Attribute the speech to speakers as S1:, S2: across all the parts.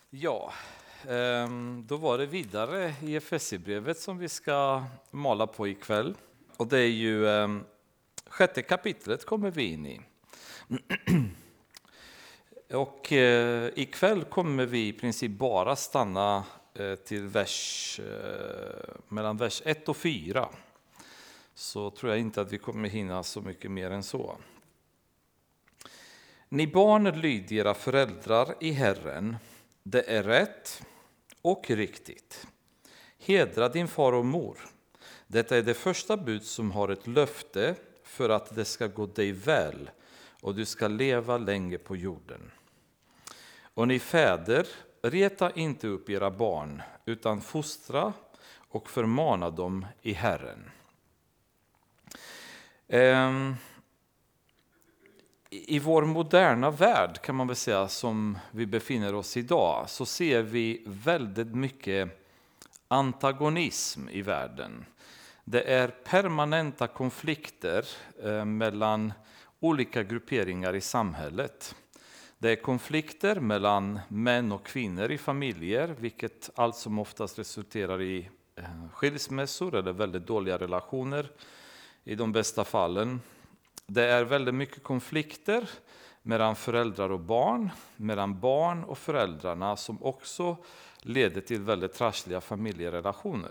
S1: Ja, då var det vidare i Efesierbrevet som vi ska mala på ikväll. Och det är ju 6:e kapitlet kommer vi in i. Och ikväll kommer vi i princip bara stanna till mellan vers 1 och 4. Så tror jag inte att vi kommer hinna så mycket mer än så. Ni barn, lyd era föräldrar i Herren. Det är rätt och riktigt. Hedra din far och mor. Detta är det första bud som har ett löfte för att det ska gå dig väl och du ska leva länge på jorden. Och ni fäder, reta inte upp era barn utan fostra och förmana dem i Herren. I vår moderna värld kan man väl säga som vi befinner oss idag så ser vi väldigt mycket antagonism i världen. Det är permanenta konflikter mellan olika grupperingar i samhället. Det är konflikter mellan män och kvinnor i familjer, vilket allt som oftast resulterar i skilsmässor eller väldigt dåliga relationer i de bästa fallen. Det är väldigt mycket konflikter mellan föräldrar och barn, mellan barn och föräldrarna som också leder till väldigt trassliga familjerelationer.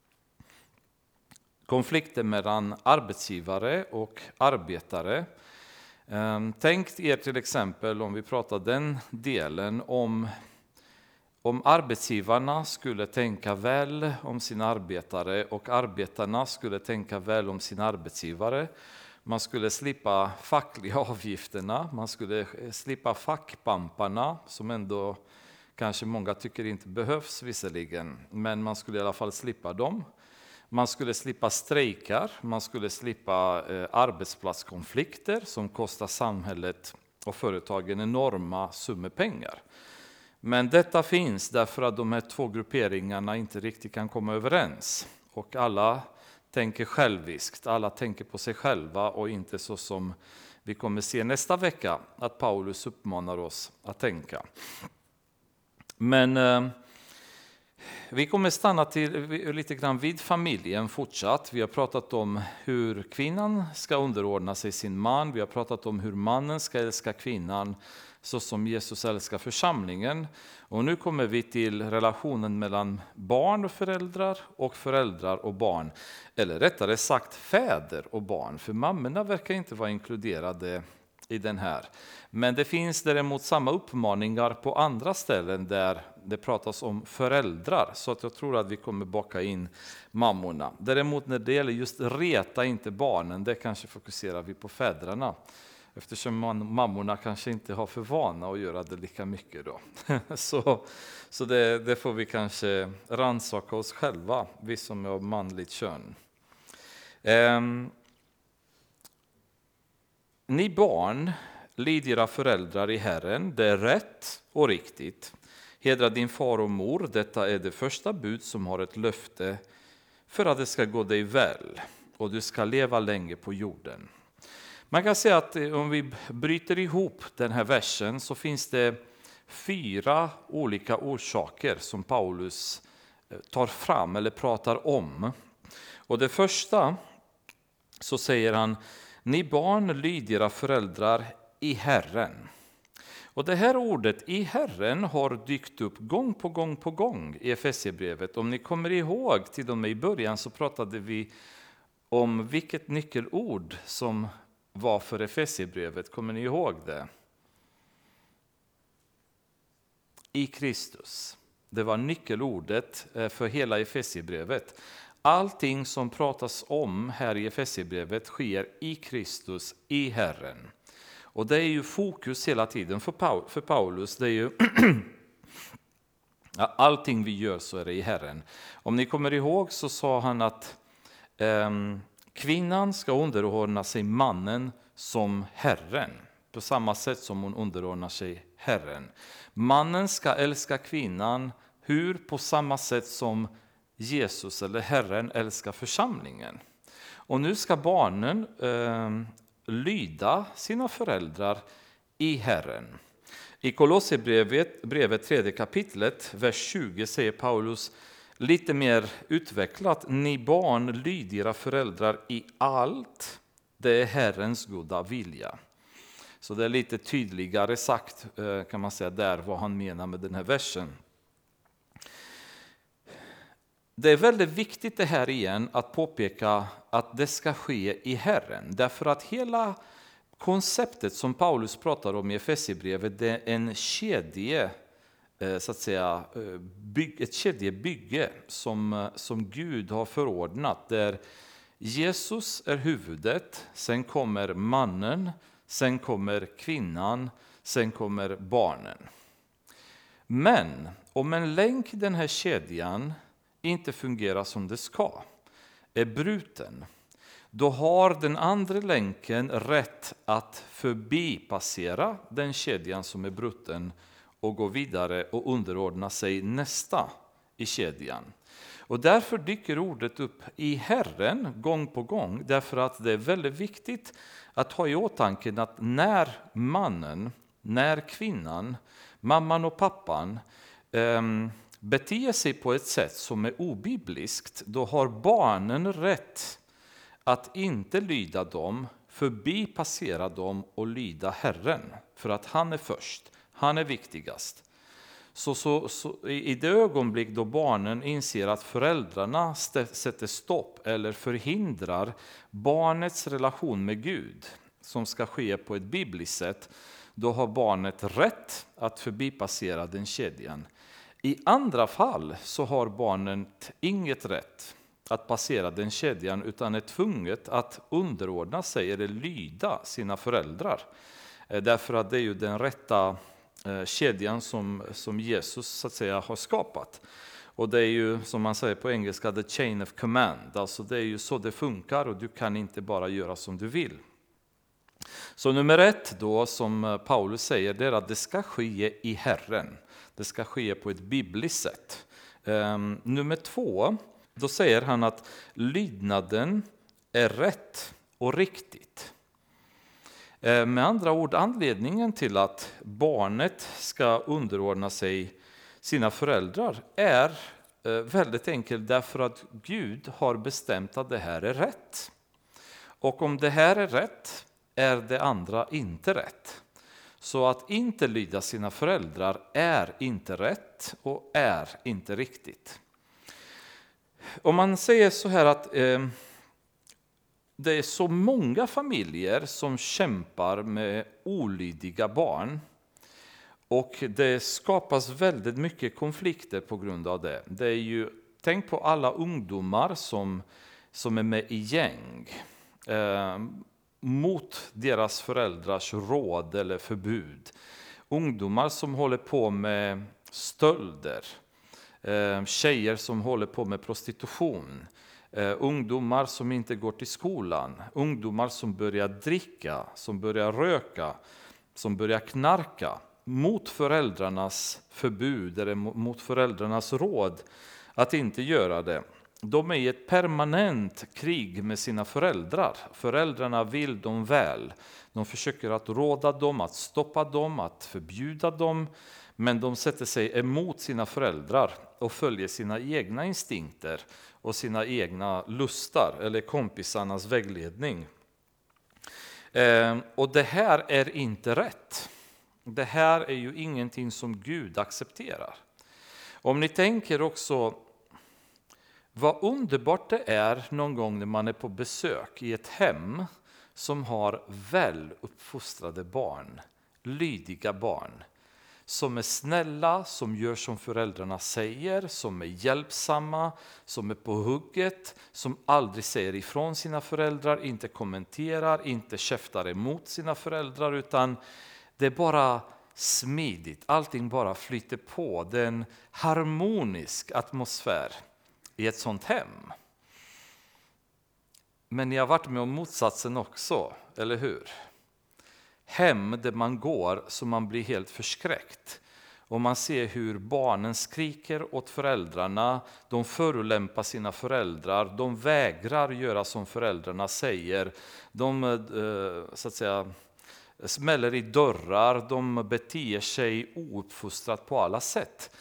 S1: Konflikter mellan arbetsgivare och arbetare. Tänk er till exempel, om vi pratar den delen, om arbetsgivarna skulle tänka väl om sina arbetare och arbetarna skulle tänka väl om sina arbetsgivare. Man skulle slippa fackliga avgifterna, man skulle slippa fackpamparna som ändå kanske många tycker inte behövs visserligen, men man skulle i alla fall slippa dem. Man skulle slippa strejkar, man skulle slippa arbetsplatskonflikter som kostar samhället och företagen enorma summor pengar. Men detta finns därför att de här två grupperingarna inte riktigt kan komma överens. Och alla tänker själviskt, alla tänker på sig själva och inte så som vi kommer se nästa vecka att Paulus uppmanar oss att tänka. Men vi kommer stanna till lite grann vid familjen fortsatt. Vi har pratat om hur kvinnan ska underordna sig sin man. Vi har pratat om hur mannen ska älska kvinnan så som Jesus älskar församlingen. Och nu kommer vi till relationen mellan barn och föräldrar och barn. Eller rättare sagt fäder och barn. För mammorna verkar inte vara inkluderade i den här. Men det finns däremot samma uppmaningar på andra ställen där det pratas om föräldrar. Så att jag tror att vi kommer baka in mammorna. Däremot när det gäller just reta inte barnen, det kanske fokuserar vi på fäderna. Eftersom mammorna kanske inte har för vana att göra det lika mycket då. Så det får vi kanske rannsaka oss själva, vi som är av manligt kön. Ni barn, lyd era föräldrar i Herren, det är rätt och riktigt. Hedra din far och mor, detta är det första bud som har ett löfte för att det ska gå dig väl och du ska leva länge på jorden. Man kan säga att om vi bryter ihop den här versen så finns det 4 olika orsaker som Paulus tar fram eller pratar om. Och det första så säger han: ni barn, lyd era föräldrar i Herren. Och det här ordet i Herren har dykt upp gång på gång i Efesierbrevet. Om ni kommer ihåg, till och med i början så pratade vi om vilket nyckelord som var för Efesierbrevet. Kommer ni ihåg det? I Kristus. Det var nyckelordet för hela Efesierbrevet. Allting som pratas om här i Efesierbrevet sker i Kristus, i Herren. Och det är ju fokus hela tiden för Paulus. Det är ju allting vi gör så är det i Herren. Om ni kommer ihåg så sa han att kvinnan ska underordna sig mannen som Herren. På samma sätt som hon underordnar sig Herren. Mannen ska älska kvinnan. Hur? På samma sätt som Jesus eller Herren älskar församlingen. Och nu ska barnen lyda sina föräldrar i Herren. I Kolosserbrevet 3 kapitlet, vers 20 säger Paulus lite mer utvecklat: ni barn, lyd era föräldrar i allt, det är Herrens goda vilja. Så det är lite tydligare sagt, kan man säga, där vad han menar med den här versen. Det är väldigt viktigt det här igen att påpeka att det ska ske i Herren. Därför att hela konceptet som Paulus pratar om i Efesierbrevet, det är en kedje, så att säga, ett kedjebygge som Gud har förordnat. Där Jesus är huvudet, sen kommer mannen, sen kommer kvinnan, sen kommer barnen. Men om en länk i den här kedjan inte fungerar som det ska, är bruten, då har den andra länken rätt att förbipassera den kedjan som är bruten och gå vidare och underordna sig nästa i kedjan. Och därför dyker ordet upp i Herren gång på gång, därför att det är väldigt viktigt att ha i åtanke att när mannen, när kvinnan, mamman och pappan beter sig på ett sätt som är obibliskt, då har barnen rätt att inte lyda dem, förbipassera dem och lyda Herren. För att han är först, han är viktigast. Så i det ögonblick då barnen inser att föräldrarna sätter stopp eller förhindrar barnets relation med Gud, som ska ske på ett bibliskt sätt, då har barnet rätt att förbipassera den kedjan. I andra fall så har barnet inget rätt att passera den kedjan, utan är tvunget att underordna sig eller lyda sina föräldrar. Därför att det är ju den rätta kedjan som Jesus, så att säga, har skapat. Och det är ju, som man säger på engelska, the chain of command. Alltså det är ju så det funkar och du kan inte bara göra som du vill. Så nummer 1 då, som Paulus säger, det är att det ska ske i Herren. Det ska ske på ett bibliskt sätt. Nummer 2, då säger han att lydnaden är rätt och riktigt. Med andra ord, anledningen till att barnet ska underordna sig sina föräldrar är väldigt enkelt, därför att Gud har bestämt att det här är rätt. Och om det här är rätt är det andra inte rätt. Så att inte lyda sina föräldrar är inte rätt och är inte riktigt. Om man säger så här att det är så många familjer som kämpar med olydiga barn, och det skapas väldigt mycket konflikter på grund av det. Det är ju, tänk på alla ungdomar som är med i gäng mot deras föräldrars råd eller förbud. Ungdomar som håller på med stölder, tjejer som håller på med prostitution, ungdomar som inte går till skolan, ungdomar som börjar dricka, som börjar röka, som börjar knarka mot föräldrarnas förbud eller mot föräldrarnas råd att inte göra det. De är i ett permanent krig med sina föräldrar. Föräldrarna vill dem väl. De försöker att råda dem, att stoppa dem, att förbjuda dem. Men de sätter sig emot sina föräldrar och följer sina egna instinkter och sina egna lustar eller kompisarnas vägledning. Och det här är inte rätt. Det här är ju ingenting som Gud accepterar. Om ni tänker också vad underbart det är någon gång när man är på besök i ett hem som har väl uppfostrade barn, lydiga barn, som är snälla, som gör som föräldrarna säger, som är hjälpsamma, som är på hugget, som aldrig säger ifrån sina föräldrar, inte kommenterar, inte käftar emot sina föräldrar, utan det är bara smidigt, allting bara flyter på. Det är en harmonisk atmosfär i ett sånt hem. Men ni har varit med om motsatsen också, eller hur? Hem där man går så man blir helt förskräckt. Och man ser hur barnen skriker åt föräldrarna, de förolämpar sina föräldrar, de vägrar göra som föräldrarna säger. De så att säga smäller i dörrar, de beter sig ouppfostrat på alla sätt.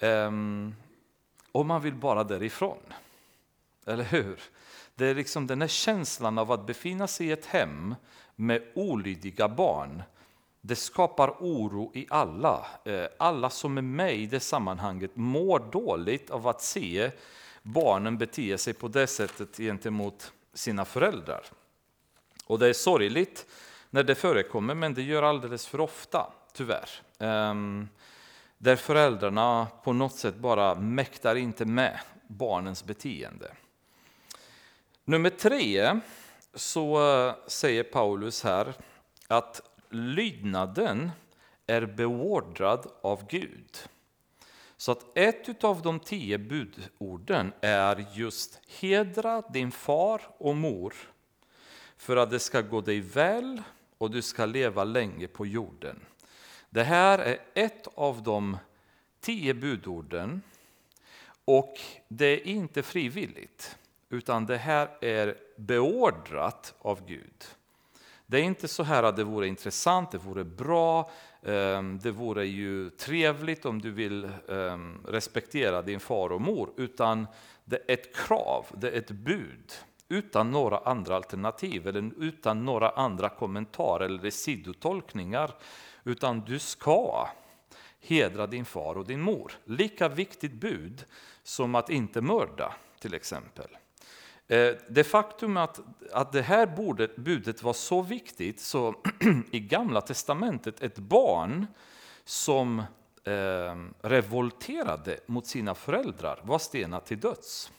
S1: Och man vill bara därifrån. Eller hur? Det är liksom den här känslan av att befinna sig i ett hem med olydiga barn. Det skapar oro i alla. Alla som är med i det sammanhanget mår dåligt av att se barnen bete sig på det sättet gentemot sina föräldrar. Och det är sorgligt när det förekommer, men det gör alldeles för ofta, tyvärr. Där föräldrarna på något sätt bara mäktar inte med barnens beteende. Nummer 3 så säger Paulus här att lydnaden är beordrad av Gud. Så att ett av de 10 budorden är just hedra din far och mor för att det ska gå dig väl och du ska leva länge på jorden. Det här är ett av de 10 budorden och det är inte frivilligt utan det här är beordrat av Gud. Det är inte så här att det vore intressant, det vore bra, det vore ju trevligt om du vill respektera din far och mor, utan det är ett krav, det är ett bud utan några andra alternativ eller utan några andra kommentarer eller sidotolkningar, utan du ska hedra din far och din mor. Lika viktigt bud som att inte mörda till exempel. Det faktum att det här budet var så viktigt, så i Gamla testamentet ett barn som revolterade mot sina föräldrar var stenad till döds.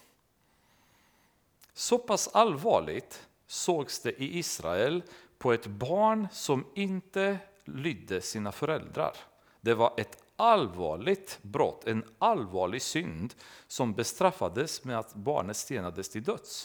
S1: Så pass allvarligt sågs det i Israel på ett barn som inte lydde sina föräldrar. Det var ett allvarligt brott, en allvarlig synd som bestraffades med att barnet stenades till döds.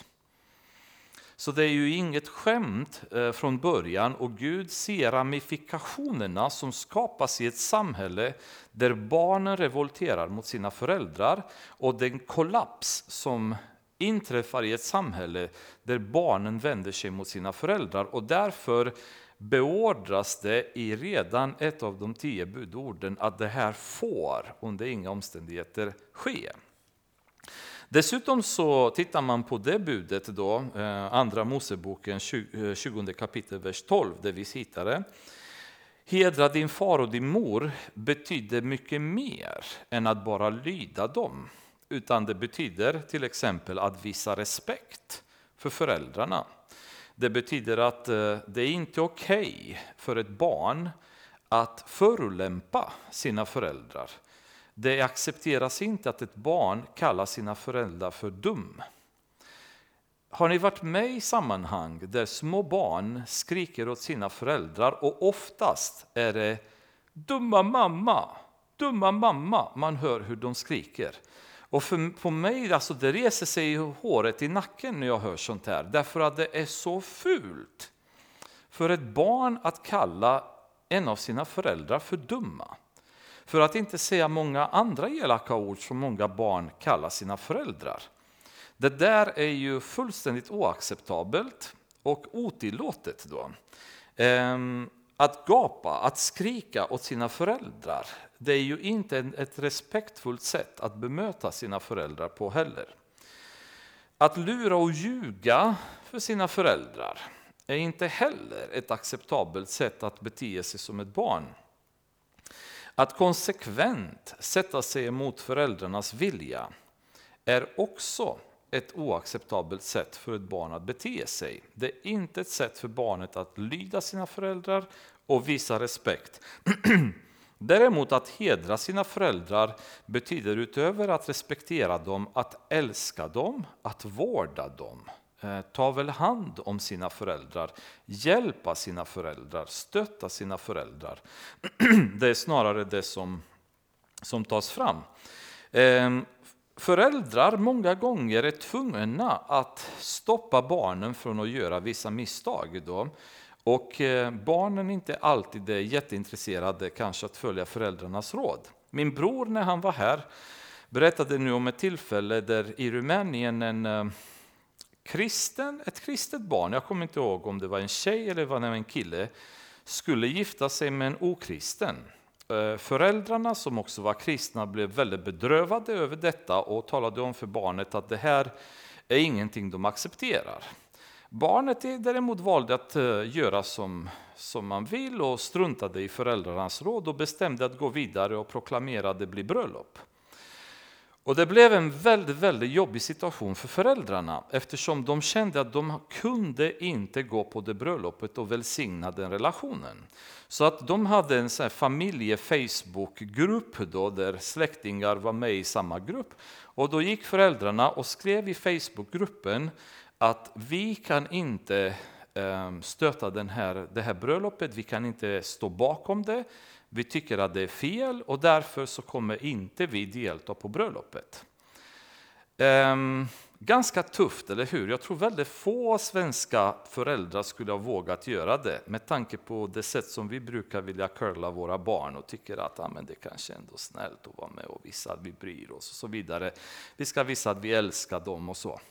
S1: Så det är ju inget skämt från början, och Gud ser ramifikationerna som skapas i ett samhälle där barnen revolterar mot sina föräldrar och den kollaps som inträffar i ett samhälle där barnen vänder sig mot sina föräldrar, och därför beordras det i redan ett av de 10 budorden att det här får under inga omständigheter ske. Dessutom så tittar man på det budet då, andra Moseboken 20 kapitel vers 12, där vi hittar det. Hedra din far och din mor betyder mycket mer än att bara lyda dem, utan det betyder till exempel att visa respekt för föräldrarna. Det betyder att det är inte okej för ett barn att förolämpa sina föräldrar. Det accepteras inte att ett barn kallar sina föräldrar för dum. Har ni varit med i sammanhang där små barn skriker åt sina föräldrar, och oftast är det dumma mamma, man hör hur de skriker. Och för mig, alltså, det reser sig håret i nacken när jag hör sånt här. Därför att det är så fult för ett barn att kalla en av sina föräldrar för dumma. För att inte säga många andra elaka ord som många barn kallar sina föräldrar. Det där är ju fullständigt oacceptabelt och otillåtet då. Att gapa, att skrika åt sina föräldrar, det är ju inte ett respektfullt sätt att bemöta sina föräldrar på heller. Att lura och ljuga för sina föräldrar är inte heller ett acceptabelt sätt att bete sig som ett barn. Att konsekvent sätta sig emot föräldrarnas vilja är också ett oacceptabelt sätt för ett barn att bete sig. Det är inte ett sätt för barnet att lyda sina föräldrar och visa respekt. Däremot att hedra sina föräldrar betyder utöver att respektera dem, att älska dem, att vårda dem. Ta väl hand om sina föräldrar, hjälpa sina föräldrar, stötta sina föräldrar. Det är snarare det som tas fram. Föräldrar många gånger är tvungna att stoppa barnen från att göra vissa misstag då. Och barnen inte alltid är jätteintresserade kanske att följa föräldrarnas råd. Min bror, när han var här, berättade nu om ett tillfälle där i Rumänien ett kristet barn, jag kommer inte ihåg om det var en tjej eller var det en kille, skulle gifta sig med en okristen. Föräldrarna, som också var kristna, blev väldigt bedrövade över detta och talade om för barnet att det här är ingenting de accepterar. Barnet däremot valde att göra som man vill och struntade i föräldrarnas råd och bestämde att gå vidare och proklamera att det blir bröllop. Och det blev en väldigt jobbig situation för föräldrarna eftersom de kände att de kunde inte gå på det bröllopet och välsigna den relationen. Så att de hade en sån här familje-Facebook-grupp då, där släktingar var med i samma grupp. Och då gick föräldrarna och skrev i Facebook-gruppen att vi kan inte stöta det här bröllopet, vi kan inte stå bakom det. Vi tycker att det är fel och därför så kommer inte vi delta på bröllopet. Ganska tufft, eller hur? Jag tror väldigt få svenska föräldrar skulle ha vågat göra det med tanke på det sätt som vi brukar vilja curla våra barn och tycker att men det kanske ändå är snällt att vara med och visa att vi bryr oss och så vidare. Vi ska visa att vi älskar dem och så.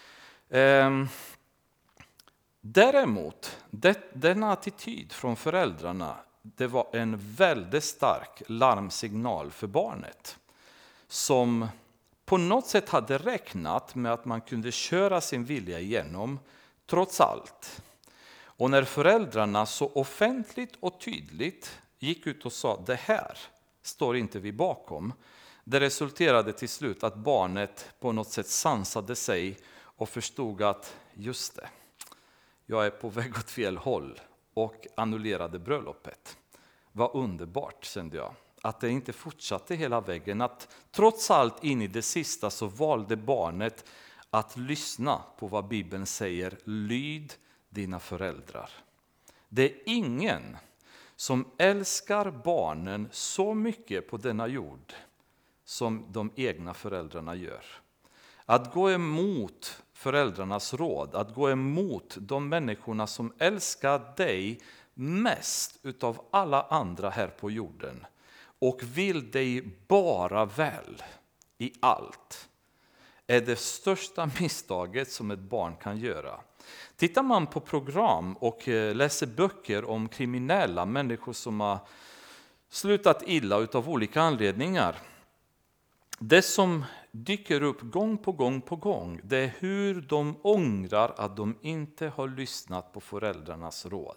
S1: Däremot, denna attityd från föräldrarna, det var en väldigt stark larmsignal för barnet som på något sätt hade räknat med att man kunde köra sin vilja igenom trots allt. Och när föräldrarna så offentligt och tydligt gick ut och sa det här står inte vi bakom, det resulterade till slut att barnet på något sätt sansade sig och förstod att just det, jag är på väg åt fel håll och annullerade bröllopet. Vad underbart, kände jag. Att det inte fortsatte hela vägen. Att trots allt in i det sista så valde barnet att lyssna på vad Bibeln säger. Lyd dina föräldrar. Det är ingen som älskar barnen så mycket på denna jord som de egna föräldrarna gör. Att gå emot föräldrarnas råd, att gå emot de människorna som älskar dig mest utav alla andra här på jorden och vill dig bara väl i allt, är det största misstaget som ett barn kan göra. Tittar man på program och läser böcker om kriminella människor som har slutat illa utav olika anledningar, det som dyker upp gång på gång, det är hur de ångrar att de inte har lyssnat på föräldrarnas råd.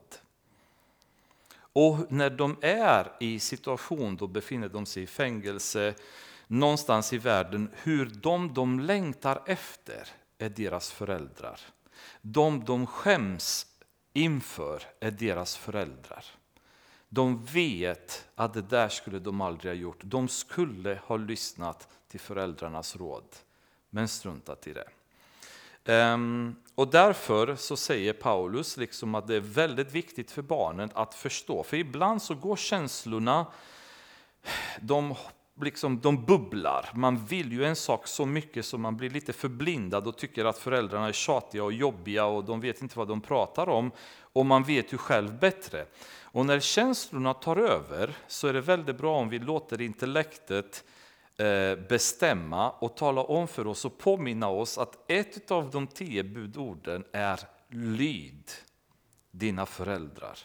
S1: Och när de är i situation, då befinner de sig i fängelse någonstans i världen, hur de längtar efter är deras föräldrar. De skäms inför är deras föräldrar. De vet att det där skulle de aldrig ha gjort. De skulle ha lyssnat till föräldrarnas råd, men struntat i det. Och därför så säger Paulus liksom att det är väldigt viktigt för barnen att förstå. För ibland så går känslorna, de bubblar. Man vill ju en sak så mycket så man blir lite förblindad och tycker att föräldrarna är tjatiga och jobbiga och de vet inte vad de pratar om. Och man vet ju själv bättre. Och när känslorna tar över så är det väldigt bra om vi låter intellektet bestämma och tala om för oss och påminna oss att ett av de 10 budorden är lyd dina föräldrar.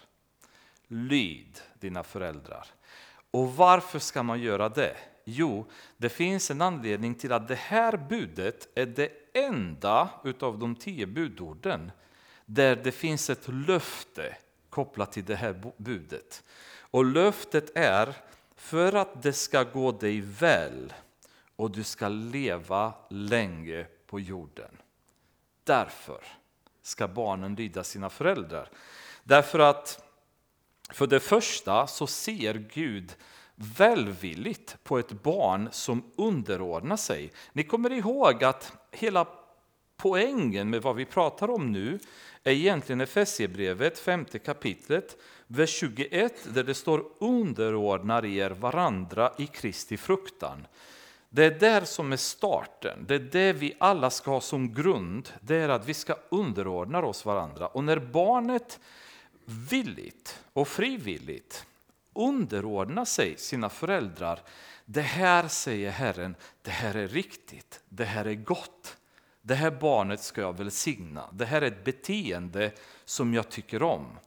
S1: Lyd dina föräldrar. Och varför ska man göra det? Jo, det finns en anledning till att det här budet är det enda utav de 10 budorden där det finns ett löfte kopplat till det här budet. Och löftet är för att det ska gå dig väl och du ska leva länge på jorden. Därför ska barnen lyda sina föräldrar. Därför att för det första så ser Gud välvilligt på ett barn som underordnar sig. Ni kommer ihåg att hela poängen med vad vi pratar om nu är egentligen Efesierbrevet, 5:e kapitlet, vers 21, där det står underordnar er varandra i Kristi fruktan. Det är där som är starten, det är det vi alla ska ha som grund, det är att vi ska underordna oss varandra. Och när barnet villigt och frivilligt underordnar sig sina föräldrar, det här säger Herren, det här är riktigt, det här är gott. Det här barnet ska jag välsigna. Det här är ett beteende som jag tycker om.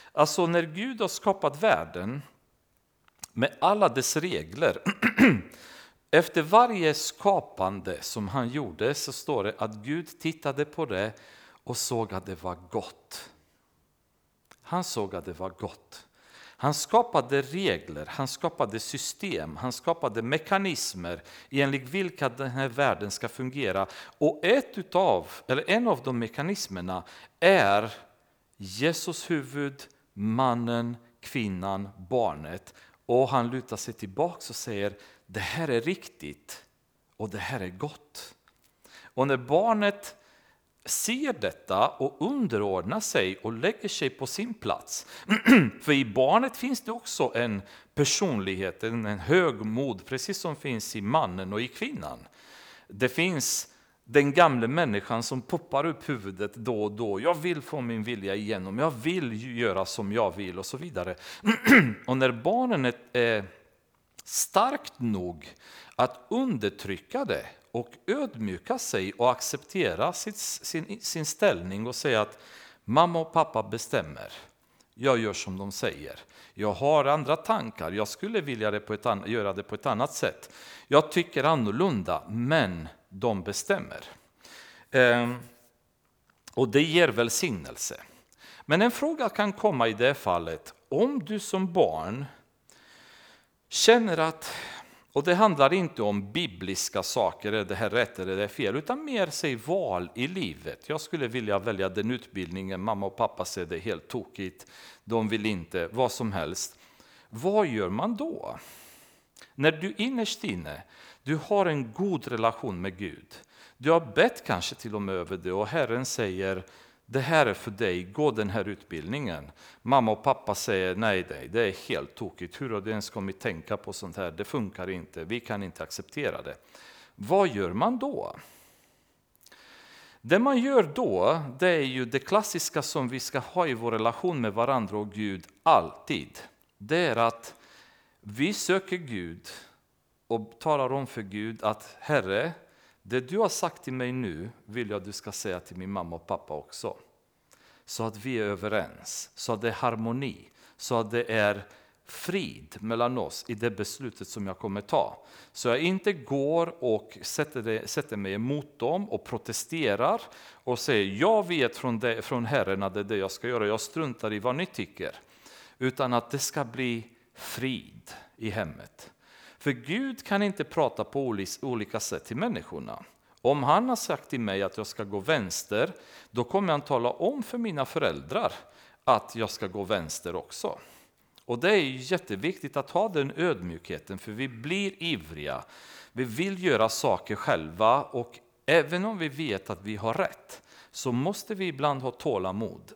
S1: Alltså när Gud har skapat världen med alla dess regler, efter varje skapande som han gjorde så står det att Gud tittade på det och såg att det var gott. Han såg att det var gott. Han skapade regler, han skapade system, han skapade mekanismer enligt vilka den här världen ska fungera. Och en av de mekanismerna är Jesus huvud, mannen, kvinnan, barnet. Och han lutar sig tillbaka och säger, det här är riktigt och det här är gott. Och när barnet ser detta och underordnar sig och lägger sig på sin plats. För i barnet finns det också en personlighet, en högmod, precis som finns i mannen och i kvinnan. Det finns den gamla människan som poppar upp huvudet då och då. Jag vill få min vilja igenom, jag vill göra som jag vill och så vidare. Och när barnen är starkt nog att undertrycka det och ödmjuka sig och acceptera sin ställning och säga att mamma och pappa bestämmer. Jag gör som de säger. Jag har andra tankar. Jag skulle vilja göra det på ett annat sätt. Jag tycker annorlunda, men de bestämmer. Och det ger välsignelse. Men en fråga kan komma i det fallet. Om du som barn känner att, och det handlar inte om bibliska saker, är det här rätt eller det är fel, utan mer sig val i livet. Jag skulle vilja välja den utbildningen, mamma och pappa säger det är helt tokigt, de vill inte, vad som helst. Vad gör man då? När du innerst inne, du har en god relation med Gud, du har bett kanske till och med över det och Herren säger, det här är för dig, gå den här utbildningen. Mamma och pappa säger nej, det är helt tokigt. Hur har du ens kommit tänka på sånt här? Det funkar inte, vi kan inte acceptera det. Vad gör man då? Det man gör då, det är ju det klassiska som vi ska ha i vår relation med varandra och Gud alltid. Det är att vi söker Gud och talar om för Gud att Herre, det du har sagt till mig nu vill jag att du ska säga till min mamma och pappa också. Så att vi är överens, så att det är harmoni, så att det är frid mellan oss i det beslutet som jag kommer ta. Så jag inte går och sätter mig emot dem och protesterar och säger jag vet från Herren att det är det jag ska göra, jag struntar i vad ni tycker. Utan att det ska bli frid i hemmet. För Gud kan inte prata på olika sätt till människorna. Om han har sagt till mig att jag ska gå vänster, då kommer han tala om för mina föräldrar att jag ska gå vänster också. Och det är jätteviktigt att ha den ödmjukheten, för vi blir ivriga. Vi vill göra saker själva och även om vi vet att vi har rätt så måste vi ibland ha tålamod.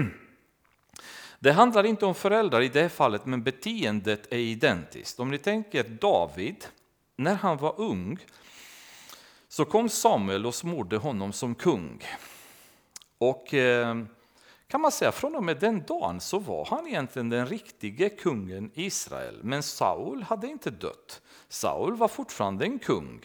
S1: Det handlar inte om föräldrar i det fallet, men beteendet är identiskt. Om ni tänker David, när han var ung så kom Samuel och smorde honom som kung. Och kan man säga från och med den dagen så var han egentligen den riktiga kungen i Israel. Men Saul hade inte dött. Saul var fortfarande en kung.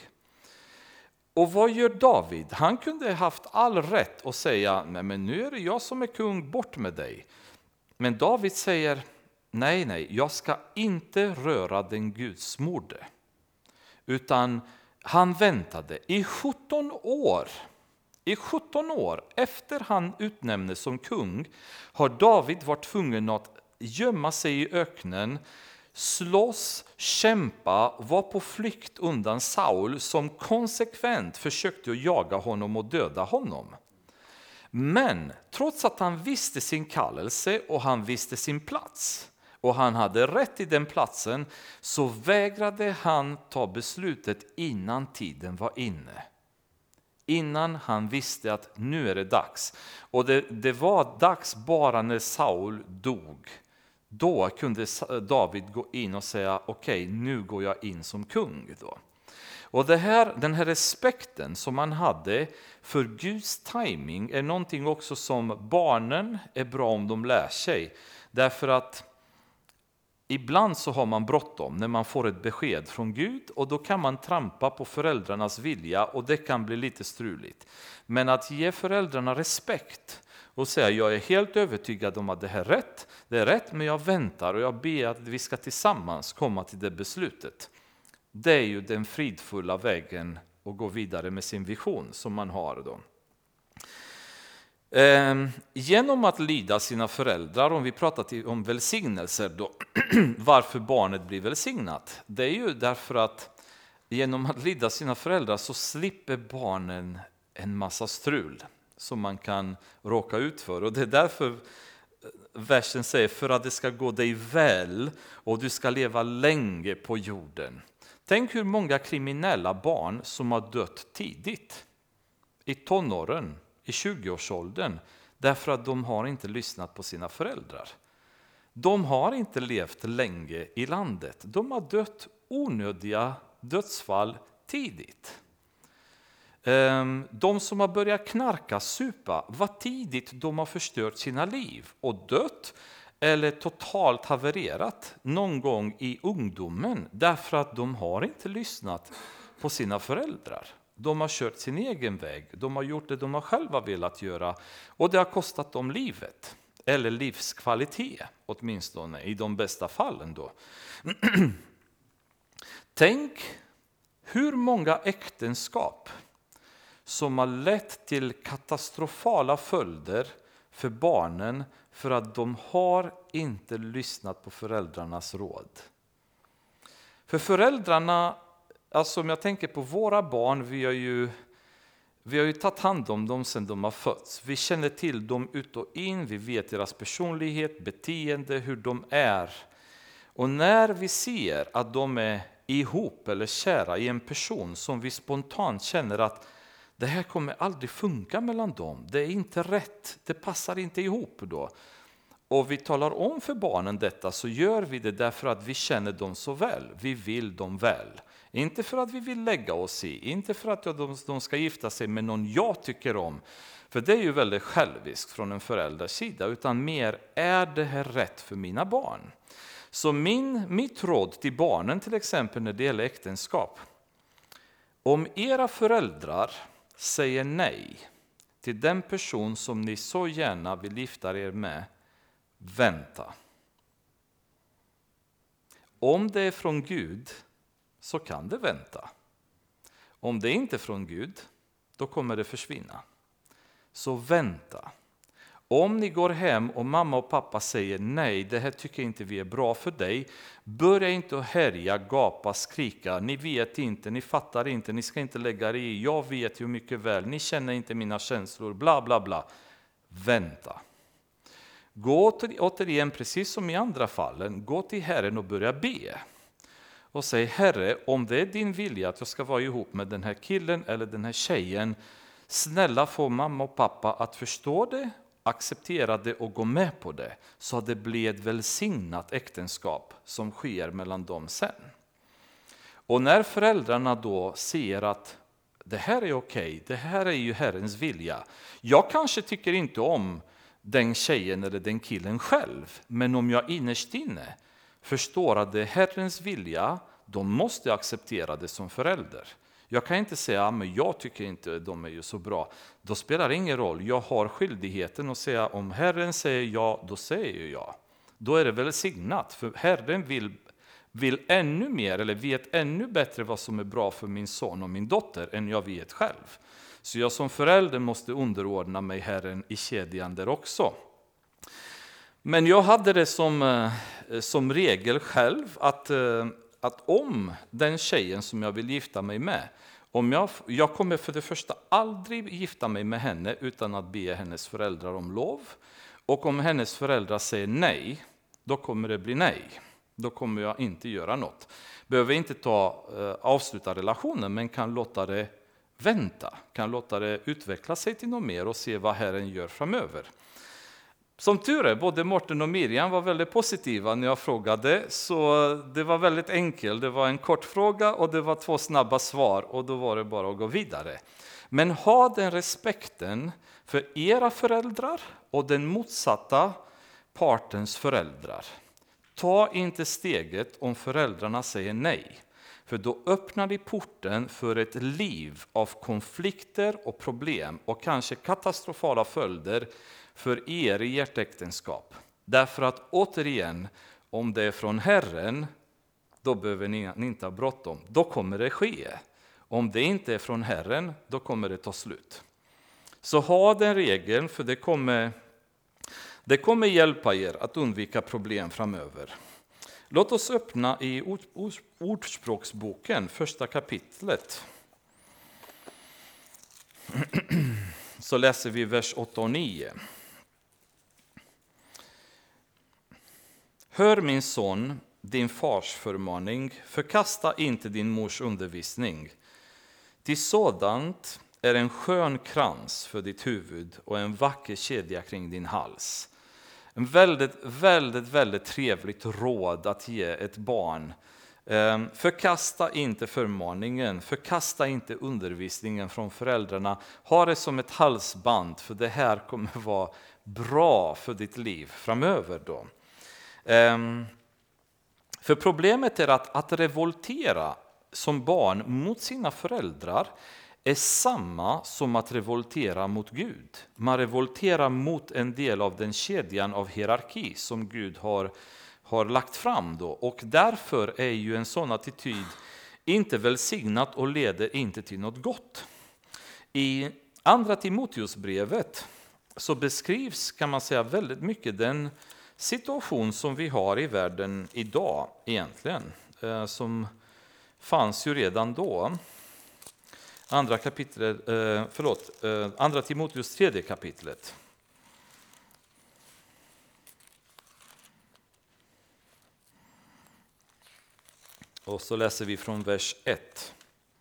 S1: Och vad gör David? Han kunde haft all rätt att säga, nej men nu är det jag som är kung, bort med dig. Men David säger, nej, jag ska inte röra den gudsmorde. Utan han väntade i 17 år. I 17 år efter han utnämndes som kung har David varit tvungen att gömma sig i öknen, slåss, kämpa, var på flykt undan Saul som konsekvent försökte att jaga honom och döda honom. Men trots att han visste sin kallelse och han visste sin plats och han hade rätt i den platsen, så vägrade han ta beslutet innan tiden var inne. Innan han visste att nu är det dags. Och det var dags bara när Saul dog. Då kunde David gå in och säga, okej, nu går jag in som kung då. Och den här respekten som man hade för Guds timing är någonting också som barnen är bra om de lär sig. Därför att ibland så har man bråttom när man får ett besked från Gud, och då kan man trampa på föräldrarnas vilja och det kan bli lite struligt. Men att ge föräldrarna respekt och säga jag är helt övertygad om att det är rätt, men jag väntar och jag ber att vi ska tillsammans komma till det beslutet. Det är ju den fridfulla vägen att gå vidare med sin vision som man har då. Genom att lyda sina föräldrar, om vi pratar om välsignelser då, varför barnet blir välsignat, det är ju därför att genom att lyda sina föräldrar så slipper barnen en massa strul som man kan råka ut för. Och det är därför versen säger, för att det ska gå dig väl och du ska leva länge på jorden. Tänk hur många kriminella barn som har dött tidigt, i tonåren, i 20-årsåldern, därför att de har inte lyssnat på sina föräldrar. De har inte levt länge i landet. De har dött onödiga dödsfall tidigt. De som har börjat knarka, supa, vad tidigt de har förstört sina liv och dött eller totalt havererat någon gång i ungdomen, därför att de har inte lyssnat på sina föräldrar. De har kört sin egen väg, de har gjort det de har själva velat göra, och det har kostat dem livet, eller livskvalitet åtminstone i de bästa fallen då. Tänk hur många äktenskap som har lett till katastrofala följder för barnen för att de har inte lyssnat på föräldrarnas råd. För föräldrarna, alltså om jag tänker på våra barn, vi har ju tagit hand om dem sedan de har fötts. Vi känner till dem ut och in, vi vet deras personlighet, beteende, hur de är. Och när vi ser att de är ihop eller kära i en person som vi spontant känner att det här kommer aldrig funka mellan dem, det är inte rätt, det passar inte ihop då. Och vi talar om för barnen detta, så gör vi det därför att vi känner dem så väl, vi vill dem väl. Inte för att vi vill lägga oss i, inte för att de ska gifta sig med någon jag tycker om. För det är ju väldigt själviskt från en förälders sida, utan mer, är det här rätt för mina barn? Så mitt råd till barnen till exempel när det gäller äktenskap. Om era föräldrar säger nej till den person som ni så gärna vill gifta er med, vänta. Om det är från Gud så kan det vänta. Om det inte är från Gud, då kommer det försvinna. Så vänta. Om ni går hem och mamma och pappa säger nej, det här tycker inte vi är bra för dig. Börja inte att härja, gapa, skrika. Ni vet inte, ni fattar inte, ni ska inte lägga er i. Jag vet ju mycket väl, ni känner inte mina känslor, bla bla bla. Vänta. Gå återigen, precis som i andra fallen, gå till Herren och börja be. Och säg, Herre, om det är din vilja att jag ska vara ihop med den här killen eller den här tjejen, snälla få mamma och pappa att förstå det, acceptera det och gå med på det, så att det blir ett välsignat äktenskap som sker mellan dem sen. Och när föräldrarna då ser att det här är okej, det här är ju Herrens vilja. Jag kanske tycker inte om den tjejen eller den killen själv, men om jag innerst inne förstår att det är Herrens vilja, då måste jag acceptera det som förälder. Jag kan inte säga, men jag tycker inte de är ju så bra. Då spelar det ingen roll. Jag har skyldigheten att säga, om Herren säger ja, då säger ju jag. Då är det välsignat, för Herren vill ännu mer, eller vet ännu bättre vad som är bra för min son och min dotter än jag vet själv. Så jag som förälder måste underordna mig Herren i kedjan där också. Men jag hade det som regel själv att om den tjejen som jag vill gifta mig med, om jag kommer för det första aldrig gifta mig med henne utan att be hennes föräldrar om lov. Och om hennes föräldrar säger nej, då kommer det bli nej. Då kommer jag inte göra något. Behöver inte avsluta relationen, men kan låta det vänta. Kan låta det utveckla sig till något mer och se vad Herren gör framöver. Som tur är, både Morten och Miriam var väldigt positiva när jag frågade, så det var väldigt enkelt. Det var en kort fråga och det var 2 snabba svar, och då var det bara att gå vidare. Men ha den respekten för era föräldrar och den motsatta partens föräldrar. Ta inte steget om föräldrarna säger nej. För då öppnar de porten för ett liv av konflikter och problem och kanske katastrofala följder för er i ert äktenskap. Därför att återigen, om det är från Herren, då behöver ni inte ha bråttom. Då kommer det ske. Om det inte är från Herren, då kommer det ta slut. Så ha den regeln, för det kommer hjälpa er att undvika problem framöver. Låt oss öppna i Ordspråksboken, första kapitlet. Så läser vi vers 8 och 9. Hör min son, din fars förmaning, förkasta inte din mors undervisning. Till sådant är en skön krans för ditt huvud och en vacker kedja kring din hals. En väldigt trevligt råd att ge ett barn. Förkasta inte förmaningen, förkasta inte undervisningen från föräldrarna. Ha det som ett halsband, för det här kommer vara bra för ditt liv framöver då. För problemet är att revoltera som barn mot sina föräldrar är samma som att revoltera mot Gud. Man revolterar mot en del av den kedjan av hierarki som Gud har lagt fram då. Och därför är ju en sån attityd inte välsignat och leder inte till något gott. I andra Timoteusbrevet så beskrivs, kan man säga, väldigt mycket den situation som vi har i världen idag egentligen, som fanns ju redan då. Andra Timoteus 3 kapitlet. Och så läser vi från vers 1.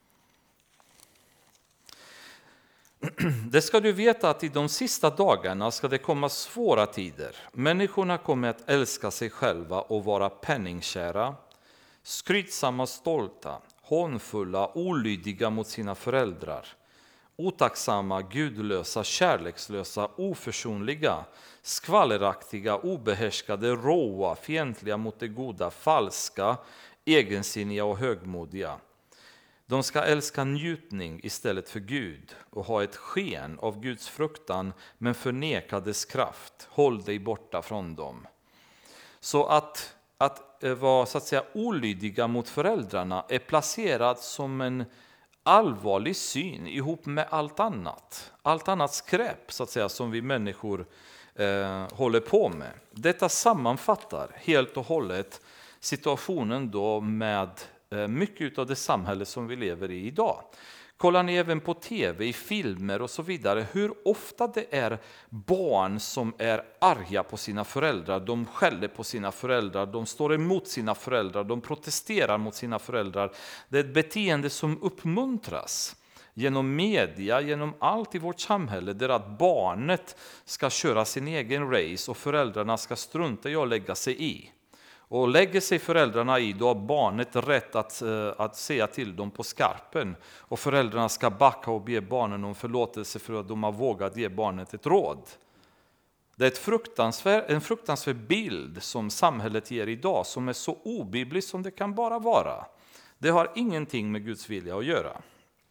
S1: Det ska du veta att i de sista dagarna ska det komma svåra tider. Människorna kommer att älska sig själva och vara penningkära, skrytsamma, stolta, hånfulla, olydiga mot sina föräldrar, otacksamma, gudlösa, kärlekslösa, oförsonliga, skvalleraktiga, obehärskade, råa, fientliga mot det goda, falska, egensinniga och högmodiga. De ska älska njutning istället för Gud och ha ett sken av Guds fruktan men förneka dess kraft. Håll dig borta från dem. Så att vara så att säga olydiga mot föräldrarna är placerat som en allvarlig syn ihop med allt annat skräp så att säga, som vi människor håller på med. Detta sammanfattar helt och hållet situationen då med mycket av det samhälle som vi lever i idag. Kollar ni även på tv, i filmer och så vidare, hur ofta det är barn som är arga på sina föräldrar, de skäller på sina föräldrar, de står emot sina föräldrar, de protesterar mot sina föräldrar. Det är ett beteende som uppmuntras genom media, genom allt i vårt samhälle, där att barnet ska köra sin egen race och föräldrarna ska strunta i att lägga sig i. Och lägger sig föräldrarna i, då har barnet rätt att säga till dem på skarpen. Och föräldrarna ska backa och be barnen om förlåtelse för att de har vågat ge barnet ett råd. Det är en fruktansvärd bild som samhället ger idag, som är så obiblisk som det kan bara vara. Det har ingenting med Guds vilja att göra.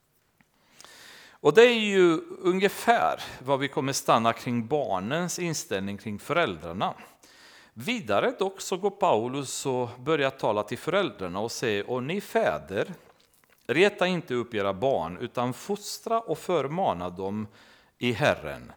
S1: Och det är ju ungefär vad vi kommer stanna kring barnens inställning kring föräldrarna. Vidare dock så går Paulus och börjar tala till föräldrarna och säger: och ni fäder, reta inte upp era barn utan fostra och förmana dem i Herren.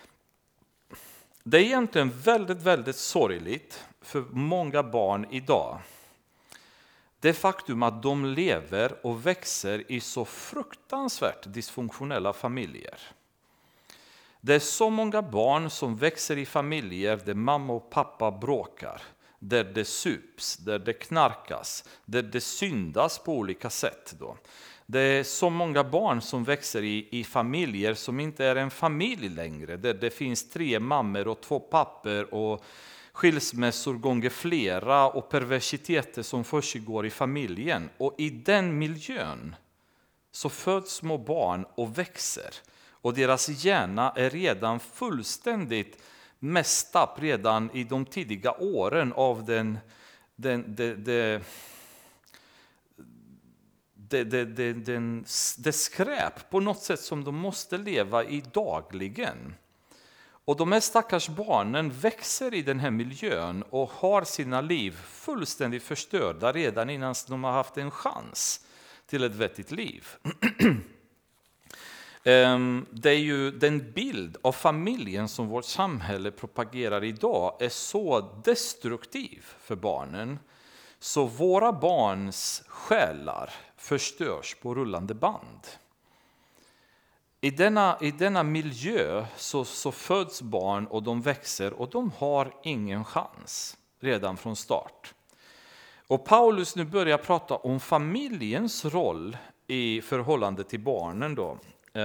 S1: Det är egentligen väldigt sorgligt för många barn idag. Det faktum att de lever och växer i så fruktansvärt dysfunktionella familjer. Det är så många barn som växer i familjer där mamma och pappa bråkar, där det sups, där det knarkas, där det syndas på olika sätt. Då. Det är så många barn som växer i familjer som inte är en familj längre, där det finns 3 mammor och 2 pappor och skilsmässor gånger flera och perversiteter som försiggår i familjen. Och i den miljön så föds små barn och växer. Och deras hjärna är redan fullständigt messed up redan i de tidiga åren av den det skräp på något sätt som de måste leva i dagligen. Och de här stackars barnen växer i den här miljön och har sina liv fullständigt förstörda redan innan de har haft en chans till ett vettigt liv. Det är ju den bild av familjen som vårt samhälle propagerar idag är så destruktiv för barnen. Så våra barns själar förstörs på rullande band. I denna miljö så föds barn och de växer och de har ingen chans redan från start. Och Paulus nu börjar prata om familjens roll i förhållande till barnen då.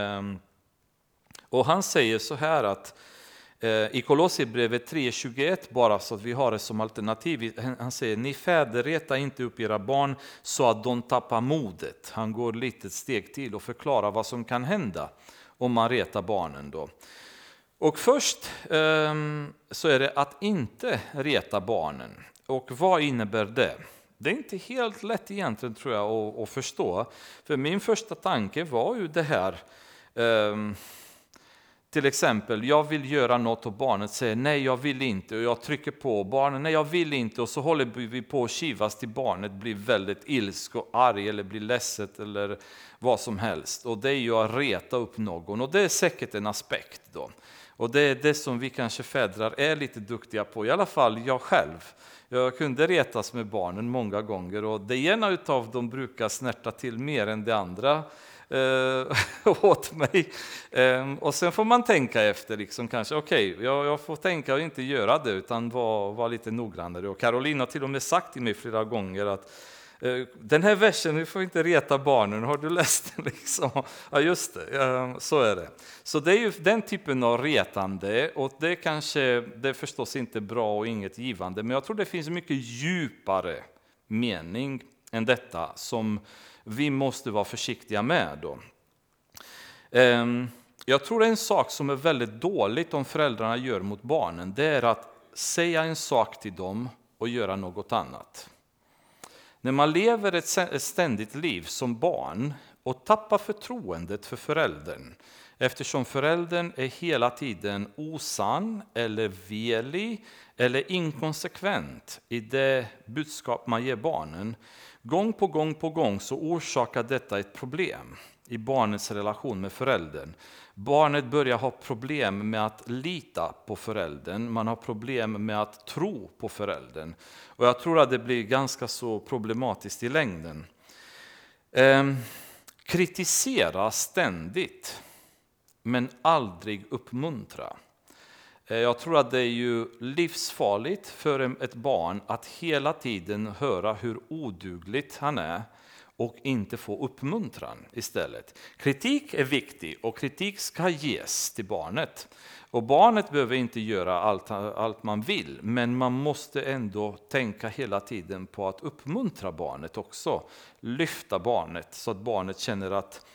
S1: Och han säger så här att i Kolosserbrevet 3:21, bara så att vi har det som alternativ, han säger: ni fäder, reta inte upp era barn så att de tappar modet. Han går lite steg till och förklarar vad som kan hända om man retar barnen då. Och först så är det att inte reta barnen. Och vad innebär det? Det är inte helt lätt egentligen, tror jag, att förstå. För min första tanke var ju det här. Till exempel, jag vill göra något och barnet säger nej, jag vill inte. Och jag trycker på barnen, nej jag vill inte. Och så håller vi på att kivas till barnet blir väldigt ilsk och arg eller blir ledset eller vad som helst. Och det är ju att reta upp någon. Och det är säkert en aspekt då. Och det är det som vi kanske fädrar är lite duktiga på. I alla fall jag själv. Jag kunde retas med barnen många gånger. Och det ena utav dem brukar snärta till mer än det andra åt mig. Och sen får man tänka efter liksom, kanske okej, jag får tänka och inte göra det utan vara lite noggrannare. Och Caroline har till och med sagt till mig flera gånger att den här versen, vi får inte reta barnen, har du läst den liksom? Ja just det, så är det. Så det är ju den typen av retande och det är förstås inte bra och inget givande, men jag tror det finns mycket djupare mening än detta som vi måste vara försiktiga med då. Jag tror en sak som är väldigt dåligt om föräldrarna gör mot barnen, det är att säga en sak till dem och göra något annat. När man lever ett ständigt liv som barn och tappar förtroendet för föräldern, eftersom föräldern är hela tiden osann eller velig eller inkonsekvent i det budskap man ger barnen, gång på gång så orsakar detta ett problem i barnets relation med föräldern. Barnet börjar ha problem med att lita på föräldern. Man har problem med att tro på föräldern. Och jag tror att det blir ganska så problematiskt i längden. Kritisera ständigt, men aldrig uppmuntra. Jag tror att det är ju livsfarligt för ett barn att hela tiden höra hur odugligt han är och inte få uppmuntran istället. Kritik är viktig och kritik ska ges till barnet. Och barnet behöver inte göra allt man vill, men man måste ändå tänka hela tiden på att uppmuntra barnet också. Lyfta barnet så att barnet känner att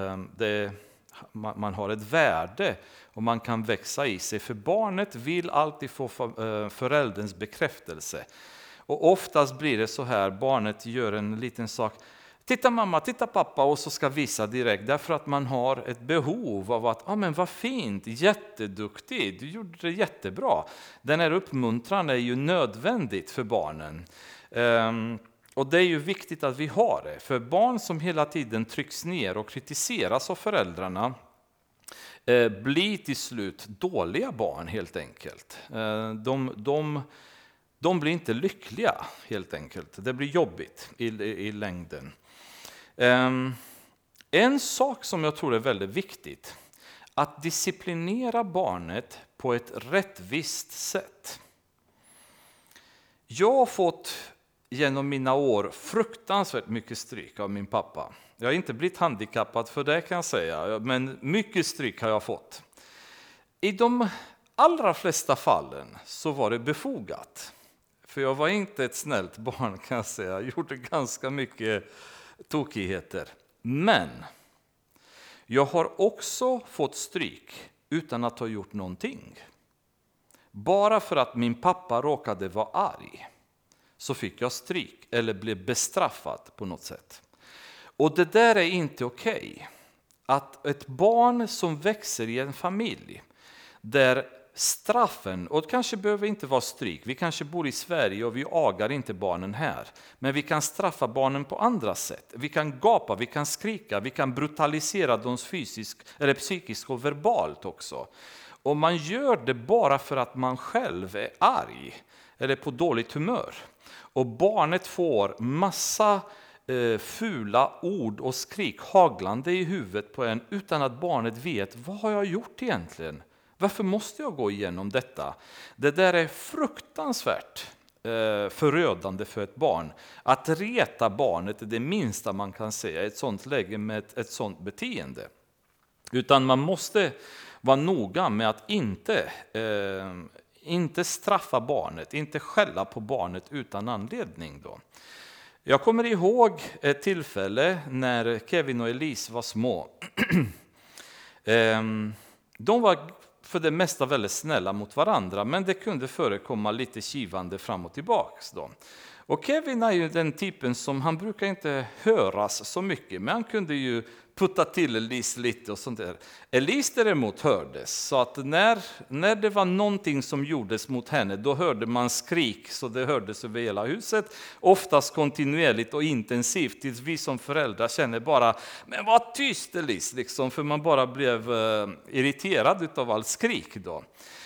S1: man har ett värde och man kan växa i sig. För barnet vill alltid få förälderns bekräftelse. Och oftast blir det så här, barnet gör en liten sak. Titta mamma, titta pappa, och så ska visa direkt. Därför att man har ett behov av att, men vad fint, jätteduktig, du gjorde det jättebra. Den här uppmuntran är ju nödvändigt för barnen. Och det är ju viktigt att vi har det. För barn som hela tiden trycks ner och kritiseras av föräldrarna blir till slut dåliga barn helt enkelt. De blir inte lyckliga helt enkelt. Det blir jobbigt i längden. En sak som jag tror är väldigt viktigt, att disciplinera barnet på ett rättvist sätt. Jag har fått genom mina år fruktansvärt mycket stryk av min pappa. Jag har inte blivit handikappad för det kan jag säga, men mycket stryk har jag fått. I de allra flesta fallen så var det befogat. För jag var inte ett snällt barn kan jag säga. Jag gjorde ganska mycket tokigheter. Men jag har också fått stryk utan att ha gjort någonting. Bara för att min pappa råkade vara arg så fick jag stryk eller blev bestraffad på något sätt. Och det där är inte okej. Att ett barn som växer i en familj där straffen, och det kanske behöver inte vara stryk, vi kanske bor i Sverige och vi agar inte barnen här, men vi kan straffa barnen på andra sätt. Vi kan gapa, vi kan skrika, vi kan brutalisera dem fysiskt eller psykiskt och verbalt också. Och man gör det bara för att man själv är arg eller på dåligt humör. Och barnet får massa fula ord och skrik haglande i huvudet på en utan att barnet vet, vad har jag gjort egentligen? Varför måste jag gå igenom detta? Det där är fruktansvärt förödande för ett barn. Att reta barnet är det minsta man kan säga i ett sådant läge med ett sådant beteende. Utan man måste vara noga med att inte straffa barnet, inte skälla på barnet utan anledning då. Jag kommer ihåg ett tillfälle när Kevin och Elise var små. De var för det mesta väldigt snälla mot varandra, men det kunde förekomma lite kivande fram och tillbaks då. Och Kevin är ju den typen som, han brukar inte höras så mycket, men han kunde ju putta till Elise lite och sånt där. Elise däremot hördes, så att när det var någonting som gjordes mot henne, då hörde man skrik så det hördes över hela huset, oftast kontinuerligt och intensivt, tills vi som föräldrar känner bara, men vad tyst Elise, liksom, för man bara blev irriterad av allt skrik då.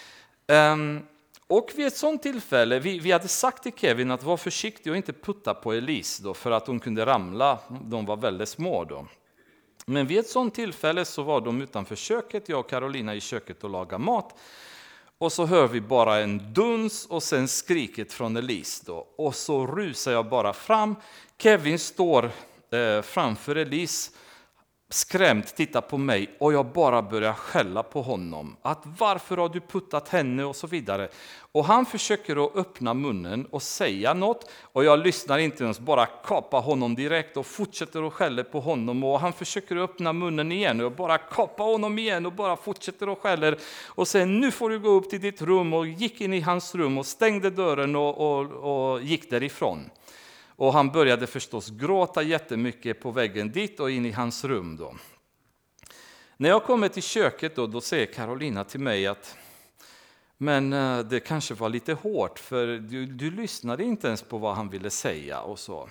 S1: Och vid ett sådant tillfälle, vi hade sagt till Kevin att vara försiktig och inte putta på Elise då, för att hon kunde ramla, de var väldigt små då. Men vid ett sådant tillfälle så var de utanför köket, jag och Carolina i köket och lagade mat. Och så hör vi bara en duns och sen skriket från Elise då. Och så rusar jag bara fram. Kevin står framför Elise, skrämt tittar på mig och jag bara börjar skälla på honom. Att varför har du puttat henne och så vidare. Och han försöker att öppna munnen och säga något. Och jag lyssnar inte ens, bara kapa honom direkt och fortsätter att skälla på honom. Och han försöker att öppna munnen igen och bara kapa honom igen och bara fortsätter att skälla. Och sen, nu får du gå upp till ditt rum, och gick in i hans rum och stängde dörren och gick därifrån. Och han började förstås gråta jättemycket på vägen dit och in i hans rum då. När jag kommer till köket då säger Carolina till mig att men det kanske var lite hårt, för du lyssnade inte ens på vad han ville säga och så.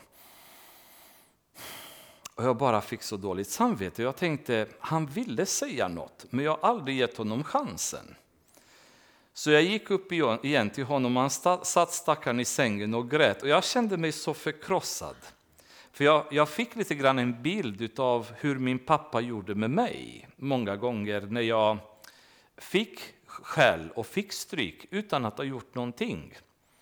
S1: Och jag bara fick så dåligt samvete. Jag tänkte, han ville säga något, men jag har aldrig gett honom chansen. Så jag gick upp igen till honom, han satt stackaren i sängen och grät. Och jag kände mig så förkrossad. För jag fick lite grann en bild av hur min pappa gjorde med mig. Många gånger när jag fick skäll och fick stryk utan att ha gjort någonting.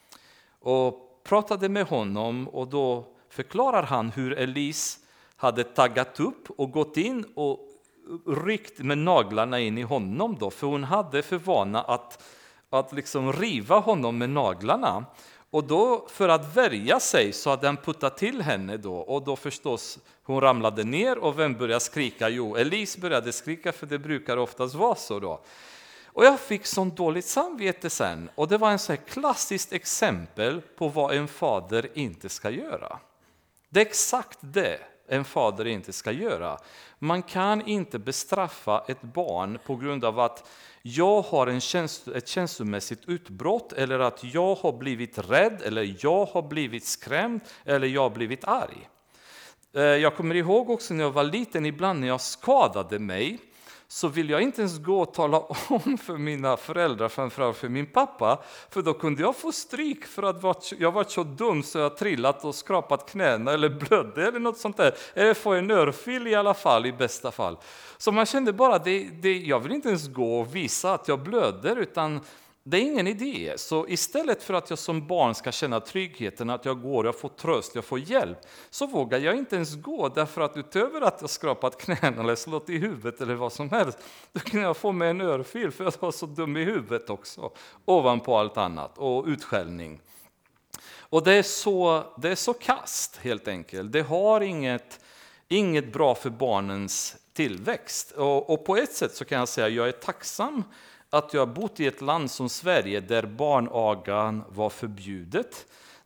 S1: Och pratade med honom, och då förklarar han hur Elise hade taggat upp och gått in och ryckt med naglarna in i honom då. För hon hade för vana att liksom riva honom med naglarna. Och då, för att värja sig, så hade han puttat till henne då. Och då förstås, hon ramlade ner, och vem började skrika? Jo, Elise började skrika, för det brukar oftast vara så då. Och jag fick sån dåligt samvete sen. Och det var en så här klassiskt exempel på vad en fader inte ska göra. Det är exakt det en fader inte ska göra. Man kan inte bestraffa ett barn på grund av att jag har ett känslomässigt utbrott, eller att jag har blivit rädd, eller jag har blivit skrämd, eller jag har blivit arg. Jag kommer ihåg också när jag var liten, ibland när jag skadade mig, så vill jag inte ens gå och tala om för mina föräldrar, framförallt för min pappa, för då kunde jag få stryk för att jag var så dum så jag trillat och skrapat knäna eller blödde eller något sånt där. Eller få en örfil i alla fall, i bästa fall. Så man kände bara, jag vill inte ens gå och visa att jag blöder, utan det är ingen idé. Så istället för att jag som barn ska känna tryggheten att jag går, jag får tröst, jag får hjälp, så vågar jag inte ens gå, därför att utöver att jag skrapat knäna eller slått i huvudet eller vad som helst, då kan jag få med en örfil för att jag var så dum i huvudet också, ovanpå allt annat, och utskällning. Och det är så kast helt enkelt. Det har inget bra för barnens tillväxt. Och på ett sätt så kan jag säga att jag är tacksam att jag har bott i ett land som Sverige där barnagan var förbjudet,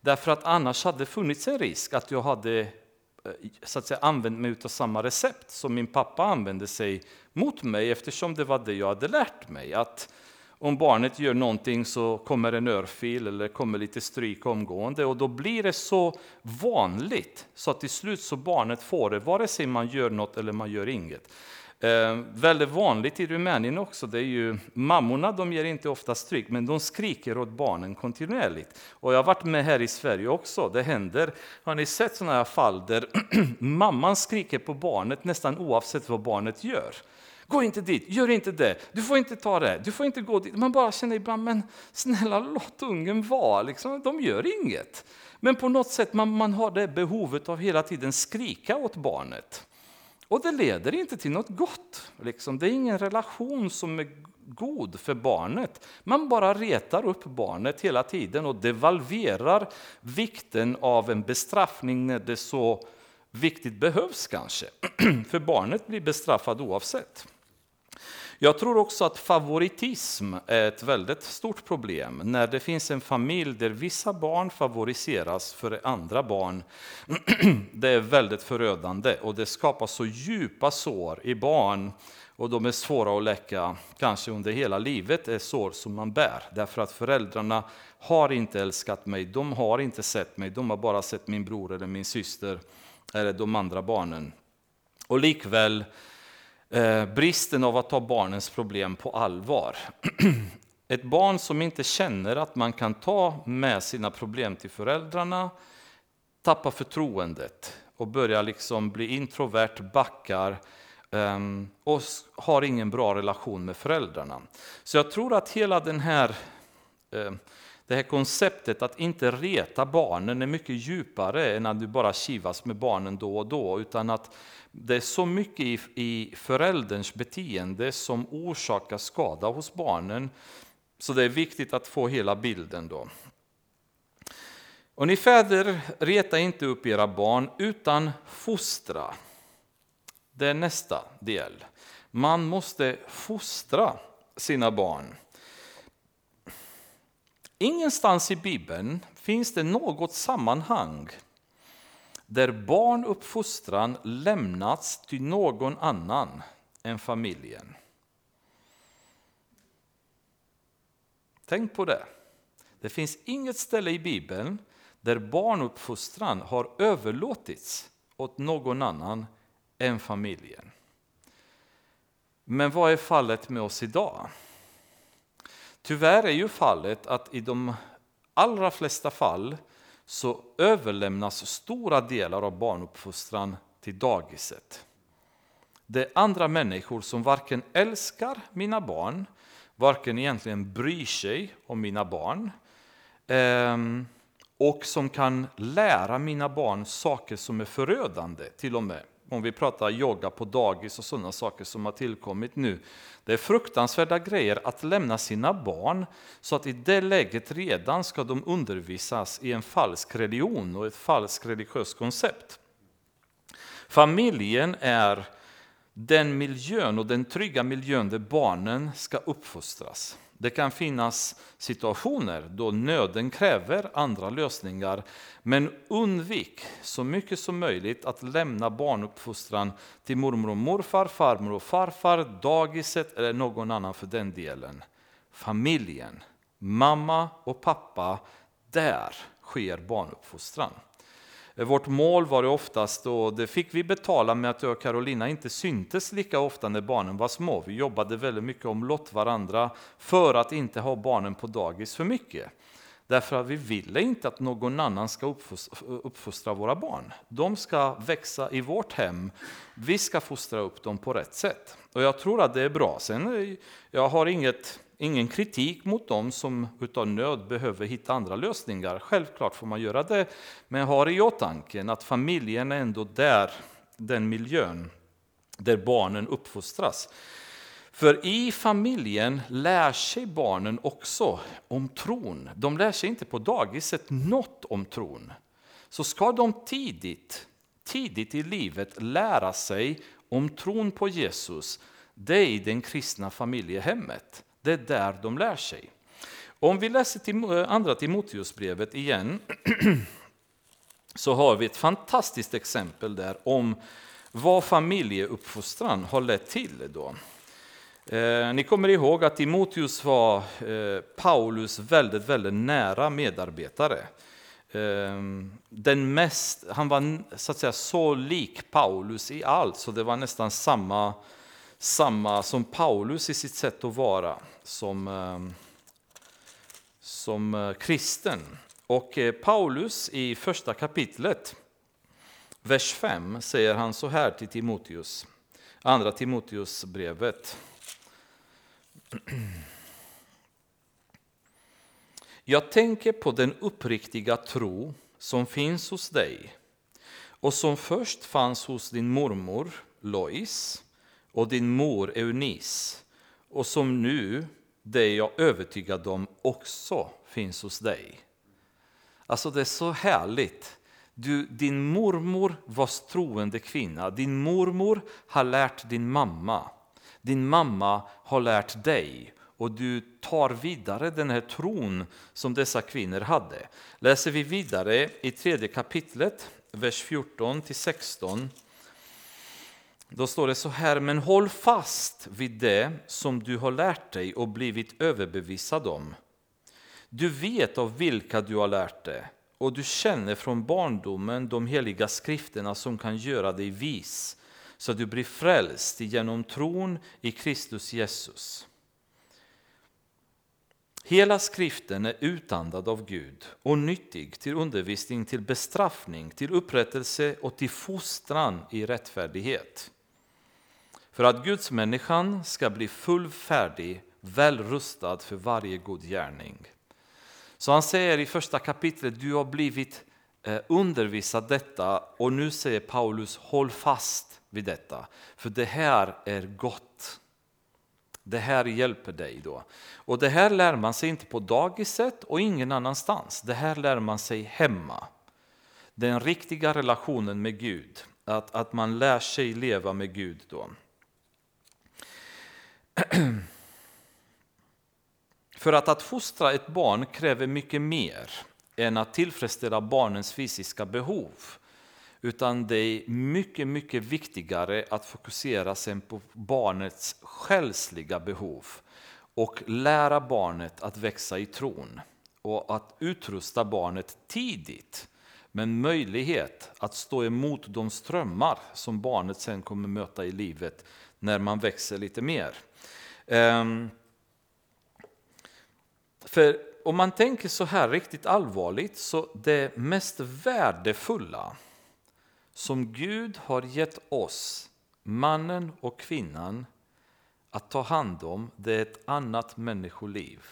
S1: Därför att annars hade det funnits en risk att jag hade så att säga, använt mig av samma recept som min pappa använde sig mot mig, eftersom det var det jag hade lärt mig. Att om barnet gör någonting så kommer en örfil eller kommer lite stryk omgående, och då blir det så vanligt så att till slut så barnet får det vare sig man gör något eller man gör inget. Väldigt vanligt i Rumänien också, det är ju mammorna, de ger inte ofta stryk, men de skriker åt barnen kontinuerligt. Och jag har varit med här i Sverige också, det händer. Har ni sett sådana här fall där mamman skriker på barnet nästan oavsett vad barnet gör? Gå inte dit, gör inte det, du får inte ta det, du får inte gå dit. Man bara känner ibland, men snälla låt ungen vara, liksom, de gör inget. Men på något sätt man har det behovet av hela tiden skrika åt barnet. Och det leder inte till något gott. Liksom. Det är ingen relation som är god för barnet. Man bara retar upp barnet hela tiden och devalverar vikten av en bestraffning när det så viktigt behövs kanske. För barnet blir bestraffad oavsett. Jag tror också att favoritism är ett väldigt stort problem. När det finns en familj där vissa barn favoriseras för andra barn, det är väldigt förödande och det skapar så djupa sår i barn, och de är svåra att läka kanske under hela livet, är sår som man bär. Därför att föräldrarna har inte älskat mig, de har inte sett mig, de har bara sett min bror eller min syster eller de andra barnen. Och likväl bristen av att ta barnens problem på allvar. Ett barn som inte känner att man kan ta med sina problem till föräldrarna tappar förtroendet och börjar liksom bli introvert, backar och har ingen bra relation med föräldrarna. Så jag tror att hela det här konceptet att inte reta barnen är mycket djupare än att du bara kivas med barnen då och då, utan att det är så mycket i förälderns beteende som orsakar skada hos barnen, så det är viktigt att få hela bilden då. Och ni fäder, reta inte upp era barn utan fostra. Det är nästa del. Man måste fostra sina barn. Ingenstans i Bibeln finns det något sammanhang där barnuppfostran lämnats till någon annan än familjen. Tänk på det. Det finns inget ställe i Bibeln där barnuppfostran har överlåtits åt någon annan än familjen. Men vad är fallet med oss idag? Tyvärr är ju fallet att i de allra flesta fall så överlämnas stora delar av barnuppfostran till dagiset. Det är andra människor som varken älskar mina barn, varken egentligen bryr sig om mina barn, och som kan lära mina barn saker som är förödande till och med. Om vi pratar yoga på dagis och sådana saker som har tillkommit nu. Det är fruktansvärda grejer att lämna sina barn så att i det läget redan ska de undervisas i en falsk religion och ett falskt religiöst koncept. Familjen är den miljön och den trygga miljön där barnen ska uppfostras. Det kan finnas situationer då nöden kräver andra lösningar, men undvik så mycket som möjligt att lämna barnuppfostran till mormor och morfar, farmor och farfar, dagiset eller någon annan för den delen. Familjen, mamma och pappa, där sker barnuppfostran. Vårt mål var det oftast, och det fick vi betala med att jag och Carolina inte syntes lika ofta när barnen var små. Vi jobbade väldigt mycket omlott varandra för att inte ha barnen på dagis för mycket. Därför att vi ville inte att någon annan ska uppfostra våra barn. De ska växa i vårt hem. Vi ska fostra upp dem på rätt sätt. Och jag tror att det är bra. Sen jag har ingen kritik mot dem som utav nöd behöver hitta andra lösningar. Självklart får man göra det. Men har i åtanke att familjen är ändå den miljön där barnen uppfostras. För i familjen lär sig barnen också om tron. De lär sig inte på dagiset något om tron. Så ska de tidigt i livet lära sig om tron på Jesus, det är i den kristna familjehemmet. Det är där de lär sig. Om vi läser andra Timoteusbrevet igen så har vi ett fantastiskt exempel där om vad familjeuppfostran har lett till då. Ni kommer ihåg att Timoteus var Paulus väldigt, väldigt nära medarbetare. Han var så att säga så lik Paulus i allt, så det var nästan samma som Paulus i sitt sätt att vara som kristen. Och Paulus i första kapitlet, vers 5, säger han så här till Timoteus, andra Timoteusbrevet. Jag tänker på den uppriktiga tro som finns hos dig och som först fanns hos din mormor Lois och din mor Eunice och som nu, det är jag övertygad om, också finns hos dig. Alltså det är så härligt. Din mormor var troende kvinna. Din mormor har lärt din mamma. Din mamma har lärt dig. Och du tar vidare den här tron som dessa kvinnor hade. Läser vi vidare i 3 kapitlet, vers 14-16. Då står det så här: men håll fast vid det som du har lärt dig och blivit överbevisad om. Du vet av vilka du har lärt det, och du känner från barndomen de heliga skrifterna som kan göra dig vis, så du blir frälst genom tron i Kristus Jesus. Hela skriften är utandad av Gud och nyttig till undervisning, till bestraffning, till upprättelse och till fostran i rättfärdighet. För att Guds människan ska bli fullfärdig, väl rustad för varje god gärning. Så han säger i första kapitlet, du har blivit undervisad detta, och nu säger Paulus, håll fast vid detta. För det här är gott. Det här hjälper dig då. Och det här lär man sig inte på dagiset och ingen annanstans. Det här lär man sig hemma. Den riktiga relationen med Gud. Att man lär sig leva med Gud då. För att fostra ett barn kräver mycket mer än att tillfredsställa barnens fysiska behov. Utan det är mycket, mycket viktigare att fokusera sig på barnets själsliga behov. Och lära barnet att växa i tron. Och att utrusta barnet tidigt. Med möjlighet att stå emot de strömmar som barnet sen kommer möta i livet när man växer lite mer. För om man tänker så här riktigt allvarligt, så det mest värdefulla som Gud har gett oss, mannen och kvinnan, att ta hand om, det är ett annat människoliv.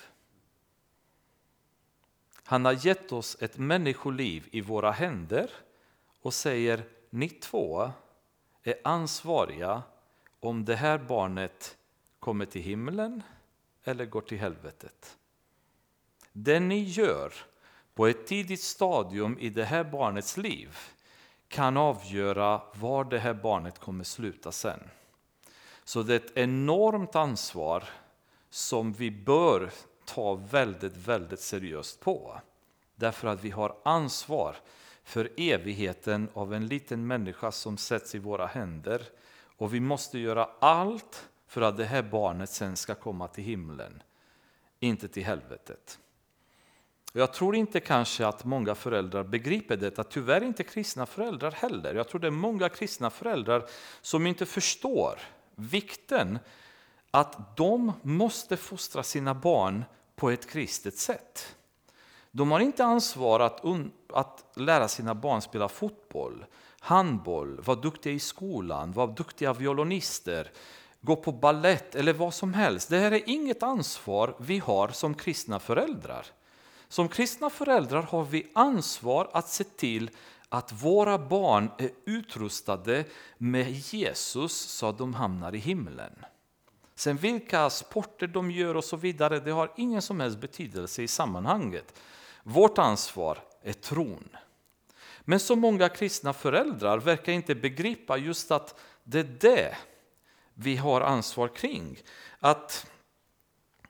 S1: Han har gett oss ett människoliv i våra händer och säger, ni två är ansvariga om det här barnet kommer till himlen eller går till helvetet. Det ni gör på ett tidigt stadium i det här barnets liv kan avgöra var det här barnet kommer sluta sen. Så det är ett enormt ansvar som vi bör ta väldigt, väldigt seriöst på. Därför att vi har ansvar för evigheten av en liten människa som sätts i våra händer. Och vi måste göra allt för att det här barnet sen ska komma till himlen, inte till helvetet. Jag tror inte kanske att många föräldrar begriper detta. Tyvärr inte kristna föräldrar heller. Jag tror det är många kristna föräldrar som inte förstår vikten att de måste fostra sina barn på ett kristet sätt. De har inte ansvar att lära sina barn spela fotboll, handboll, vara duktiga i skolan, vara duktiga violinister, gå på ballett eller vad som helst. Det här är inget ansvar vi har som kristna föräldrar. Som kristna föräldrar har vi ansvar att se till att våra barn är utrustade med Jesus så att de hamnar i himlen. Sen vilka sporter de gör och så vidare, det har ingen som helst betydelse i sammanhanget. Vårt ansvar är tron. Men så många kristna föräldrar verkar inte begripa just att det är det vi har ansvar kring.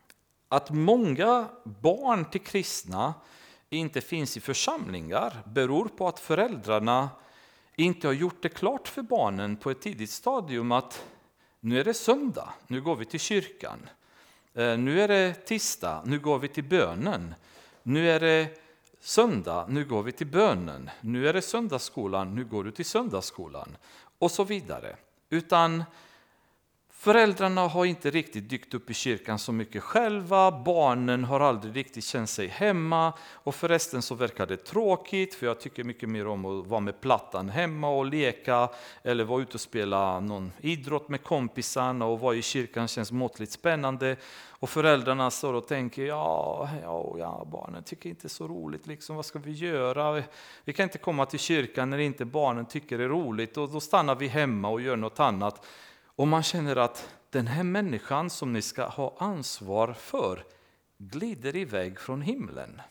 S1: Att många barn till kristna inte finns i församlingar beror på att föräldrarna inte har gjort det klart för barnen på ett tidigt stadium att nu är det söndag, nu går vi till kyrkan. Nu är det tisdag, nu går vi till bönen. Nu är det söndag, nu går vi till bönen. Nu är det söndagsskolan, nu går du till söndagsskolan. Och så vidare. Utan föräldrarna har inte riktigt dykt upp i kyrkan så mycket själva. Barnen har aldrig riktigt känt sig hemma. Och förresten så verkar det tråkigt, för jag tycker mycket mer om att vara med plattan hemma och leka. Eller vara ute och spela någon idrott med kompisarna, och vara i kyrkan känns måttligt spännande. Och föräldrarna står och tänker, ja, barnen tycker inte så roligt. Liksom, vad ska vi göra? Vi kan inte komma till kyrkan när inte barnen tycker det är roligt. Och då stannar vi hemma och gör något annat. Och man känner att den här människan som ni ska ha ansvar för glider iväg från himlen.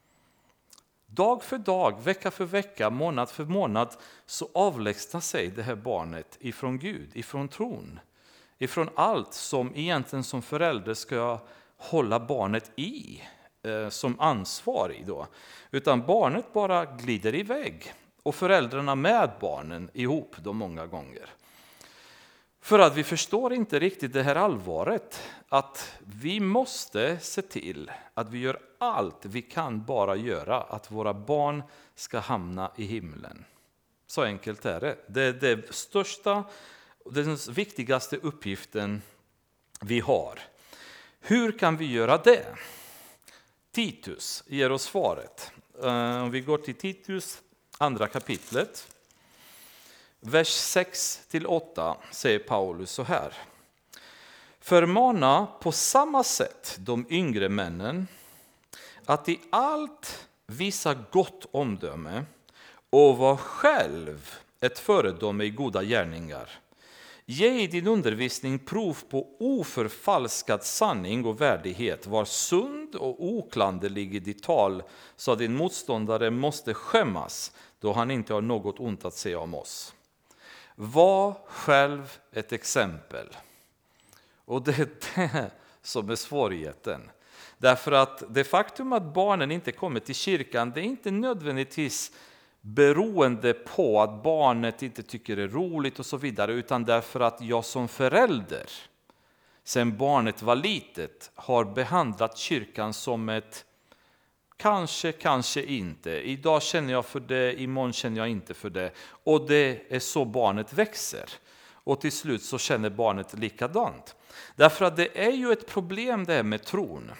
S1: Dag för dag, vecka för vecka, månad för månad så avlägsnar sig det här barnet ifrån Gud, ifrån tron. Ifrån allt som egentligen som förälder ska hålla barnet i, som ansvarig då. Utan barnet bara glider iväg och föräldrarna med barnen ihop då många gånger. För att vi förstår inte riktigt det här allvaret, att vi måste se till att vi gör allt vi kan bara göra, att våra barn ska hamna i himlen. Så enkelt är det. Det är det största och den viktigaste uppgiften vi har. Hur kan vi göra det? Titus ger oss svaret. Om vi går till Titus, andra kapitlet. Vers 6-8 säger Paulus så här. Förmana på samma sätt de yngre männen att i allt visa gott omdöme och var själv ett föredöme i goda gärningar. Ge i din undervisning prov på oförfalskad sanning och värdighet. Var sund och oklanderlig i ditt tal, så att din motståndare måste skämmas då han inte har något ont att säga om oss. Var själv ett exempel. Och det är det som är svårigheten. Därför att det faktum att barnen inte kommer till kyrkan, det är inte nödvändigtvis beroende på att barnet inte tycker det är roligt och så vidare, utan därför att jag som förälder, sen barnet var litet, har behandlat kyrkan som ett kanske inte. Idag känner jag för det, imorgon känner jag inte för det. Och det är så barnet växer. Och till slut så känner barnet likadant. Därför att det är ju ett problem det här med tron.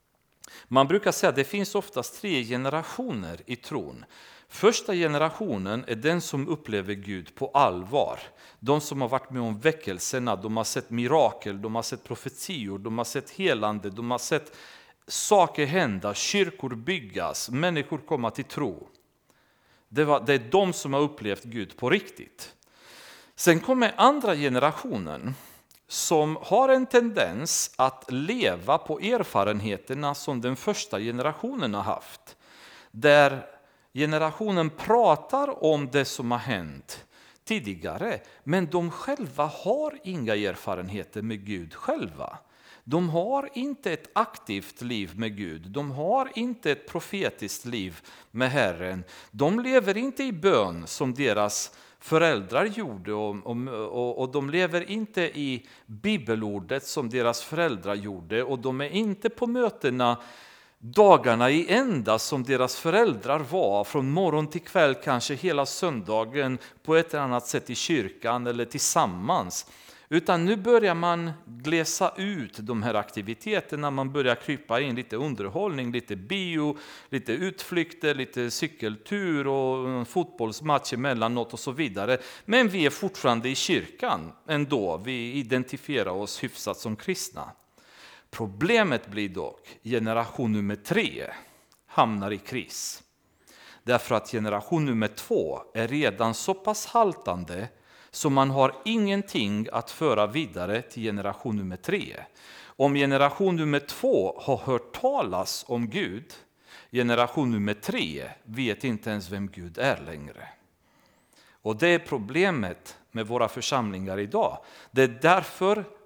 S1: Man brukar säga att det finns oftast 3 generationer i tron. Första generationen är den som upplever Gud på allvar. De som har varit med om väckelserna, de har sett mirakel, de har sett profetior, de har sett helande, de har sett saker hända, kyrkor byggas, människor komma till tro. Det är de som har upplevt Gud på riktigt. Sen kommer andra generationen som har en tendens att leva på erfarenheterna som den första generationen har haft. Där generationen pratar om det som har hänt tidigare, men de själva har inga erfarenheter med Gud själva. De har inte ett aktivt liv med Gud. De har inte ett profetiskt liv med Herren. De lever inte i bön som deras föräldrar gjorde och de lever inte i bibelordet som deras föräldrar gjorde, och de är inte på mötena dagarna i ända som deras föräldrar var, från morgon till kväll, kanske hela söndagen på ett eller annat sätt i kyrkan eller tillsammans. Utan nu börjar man glesa ut de här aktiviteterna, man börjar krypa in lite underhållning, lite bio, lite utflykter, lite cykeltur och en fotbollsmatch emellanåt och så vidare. Men vi är fortfarande i kyrkan ändå, vi identifierar oss hyfsat som kristna. Problemet blir dock, generation nummer 3 hamnar i kris. Därför att generation nummer 2 är redan så pass haltande så man har ingenting att föra vidare till generation nummer 3. Om generation nummer 2 har hört talas om Gud, generation nummer 3 vet inte ens vem Gud är längre. Och det är problemet med våra församlingar idag. Det är därför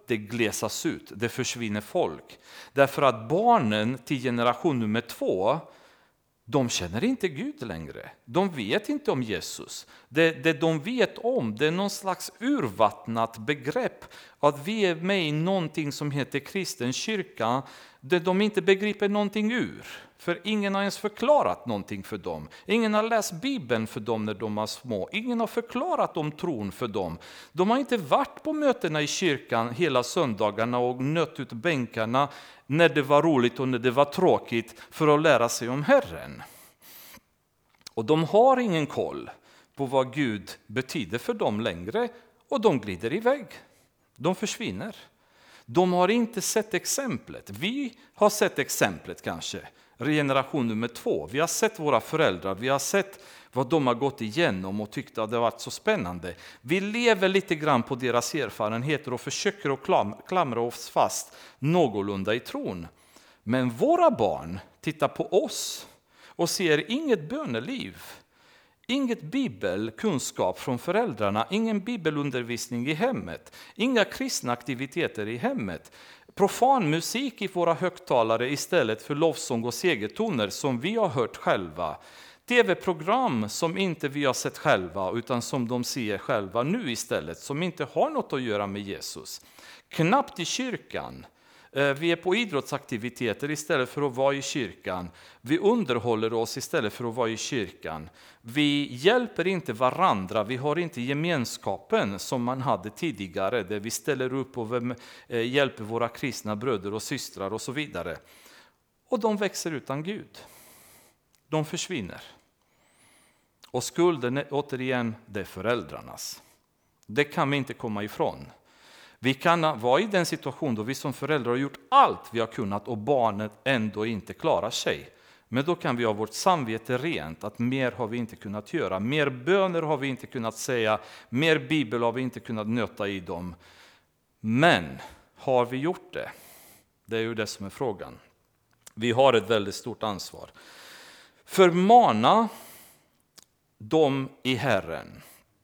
S1: det glesas ut, det försvinner folk. Därför att barnen till generation nummer 2, de känner inte Gud längre. De vet inte om Jesus. Det de vet om, det är någon slags urvattnat begrepp. Att vi är med i någonting som heter kristen kyrka, det de inte begriper någonting ur. För ingen har ens förklarat någonting för dem. Ingen har läst Bibeln för dem när de var små. Ingen har förklarat om tron för dem. De har inte varit på mötena i kyrkan hela söndagarna och nött ut bänkarna när det var roligt och när det var tråkigt för att lära sig om Herren. Och de har ingen koll på vad Gud betyder för dem längre, och de glider iväg. De försvinner. De har inte sett exemplet. Vi har sett exemplet kanske. Generation nummer 2. Vi har sett våra föräldrar. Vi har sett vad de har gått igenom och tyckt att det har varit så spännande. Vi lever lite grann på deras erfarenheter och försöker att klamra oss fast någorlunda i tron. Men våra barn tittar på oss och ser inget böneliv. Inget bibelkunskap från föräldrarna, ingen bibelundervisning i hemmet, inga kristna aktiviteter i hemmet. Profan musik i våra högtalare istället för lovsång och segertoner som vi har hört själva. TV-program som inte vi har sett själva utan som de ser själva nu istället, som inte har något att göra med Jesus. Knappt i kyrkan. Vi är på idrottsaktiviteter istället för att vara i kyrkan. Vi underhåller oss istället för att vara i kyrkan. Vi hjälper inte varandra. Vi har inte gemenskapen som man hade tidigare, där vi ställer upp och hjälper våra kristna bröder och systrar och så vidare. Och de växer utan Gud. De försvinner. Och skulden är återigen det föräldrarnas. Det kan vi inte komma ifrån. Vi kan vara i den situation då vi som föräldrar har gjort allt vi har kunnat och barnet ändå inte klarar sig. Men då kan vi ha vårt samvete rent, att mer har vi inte kunnat göra. Mer böner har vi inte kunnat säga, mer bibel har vi inte kunnat nöta i dem. Men har vi gjort det? Det är ju det som är frågan. Vi har ett väldigt stort ansvar. Förmana dem i Herren.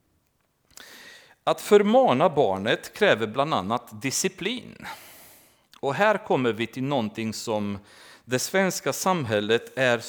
S1: Att förmana barnet kräver bland annat disciplin. Och här kommer vi till någonting som det svenska samhället är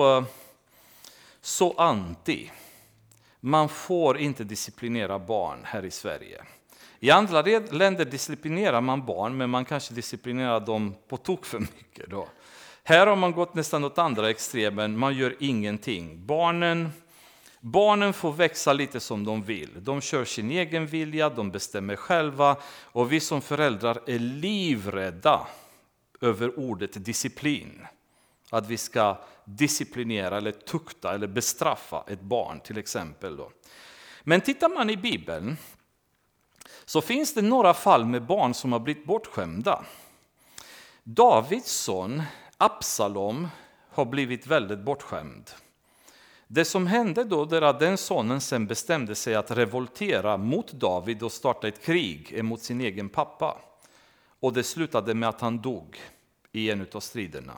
S1: så anti. Man får inte disciplinera barn här i Sverige. I andra länder disciplinerar man barn, men man kanske disciplinerar dem på tok för mycket då. Här har man gått nästan åt andra extremen, man gör ingenting. Barnen får växa lite som de vill. De kör sin egen vilja, de bestämmer själva. Och vi som föräldrar är livrädda över ordet disciplin. Att vi ska disciplinera eller tukta eller bestraffa ett barn till exempel. Då. Men tittar man i Bibeln så finns det några fall med barn som har blivit bortskämda. Davids son Absalom har blivit väldigt bortskämd. Det som hände då är att den sonen sen bestämde sig att revoltera mot David och starta ett krig emot sin egen pappa. Och det slutade med att han dog i en av striderna.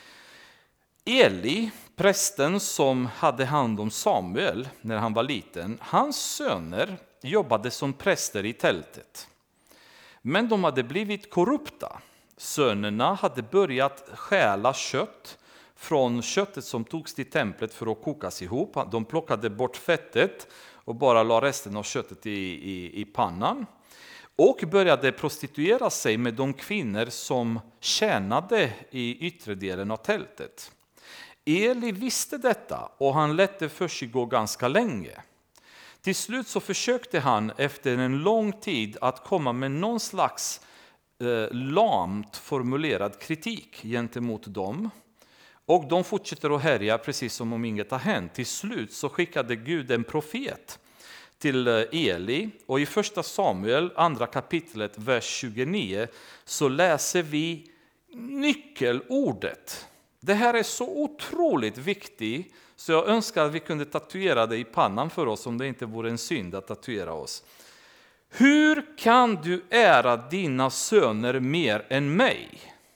S1: Eli, prästen som hade hand om Samuel när han var liten, hans söner jobbade som präster i tältet. Men de hade blivit korrupta. Sönerna hade börjat stjäla kött från köttet som togs till templet för att kokas ihop. De plockade bort fettet och bara la resten av köttet i pannan. Och började prostituera sig med de kvinnor som tjänade i yttre delen av tältet. Eli visste detta och han lät det försiggå ganska länge. Till slut så försökte han efter en lång tid att komma med någon slags lamt formulerad kritik gentemot dem. Och de fortsätter att härja precis som om inget har hänt. Till slut så skickade Gud en profet till Eli. Och i första Samuel, andra kapitlet, vers 29, så läser vi nyckelordet. Det här är så otroligt viktigt så jag önskar att vi kunde tatuera det i pannan för oss om det inte vore en synd att tatuera oss. Hur kan du ära dina söner mer än mig?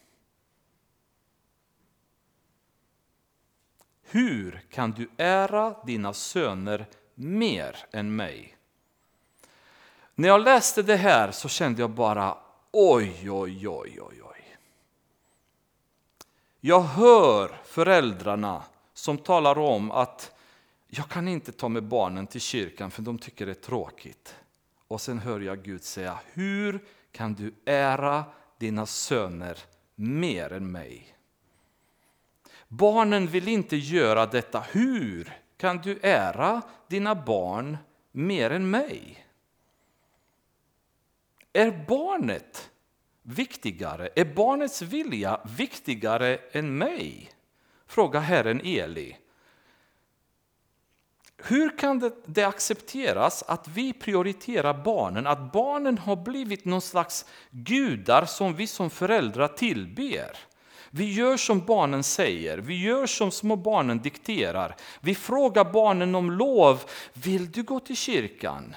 S1: Hur kan du ära dina söner mer än mig? När jag läste det här så kände jag bara, Oj, oj, oj, oj, oj. Jag hör föräldrarna som talar om att jag kan inte ta med barnen till kyrkan för de tycker det är tråkigt. Och sen hör jag Gud säga, hur kan du ära dina söner mer än mig? Barnen vill inte göra detta. Hur kan du ära dina barn mer än mig? Är barnet viktigare? Är barnets vilja viktigare än mig? Frågar Herren Eli. Hur kan det accepteras att vi prioriterar barnen? Att barnen har blivit någon slags gudar som vi som föräldrar tillber. Vi gör som barnen säger. Vi gör som små barnen dikterar. Vi frågar barnen om lov. Vill du gå till kyrkan?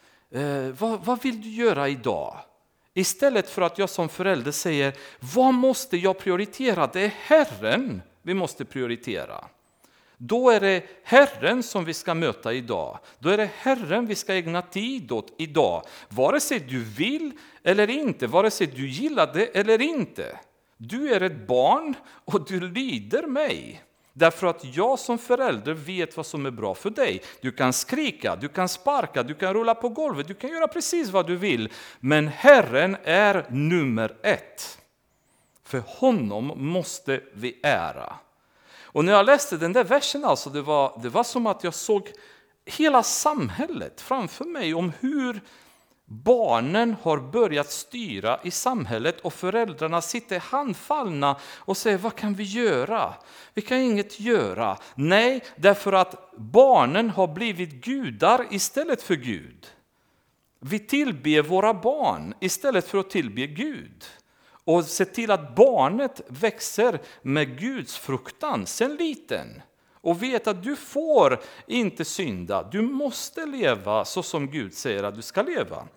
S1: Vad vill du göra idag? Istället för att jag som förälder säger, vad måste jag prioritera? Det är Herren vi måste prioritera. Då är det Herren som vi ska möta idag. Då är det Herren vi ska ägna tid åt idag. Vare sig du vill eller inte, vare sig du gillar det eller inte. Du är ett barn och du lyder mig. Därför att jag som förälder vet vad som är bra för dig. Du kan skrika, du kan sparka, du kan rulla på golvet, du kan göra precis vad du vill. Men Herren är nummer 1. För honom måste vi ära. Och när jag läste den där versen, alltså, det var som att jag såg hela samhället framför mig om hur barnen har börjat styra i samhället och föräldrarna sitter handfallna och säger, vad kan vi göra? Vi kan inget göra. Nej, därför att barnen har blivit gudar istället för Gud. Vi tillber våra barn istället för att tillbe Gud. Och se till att barnet växer med Guds fruktan sen liten. Och vet att du får inte synda. Du måste leva så som Gud säger att du ska leva.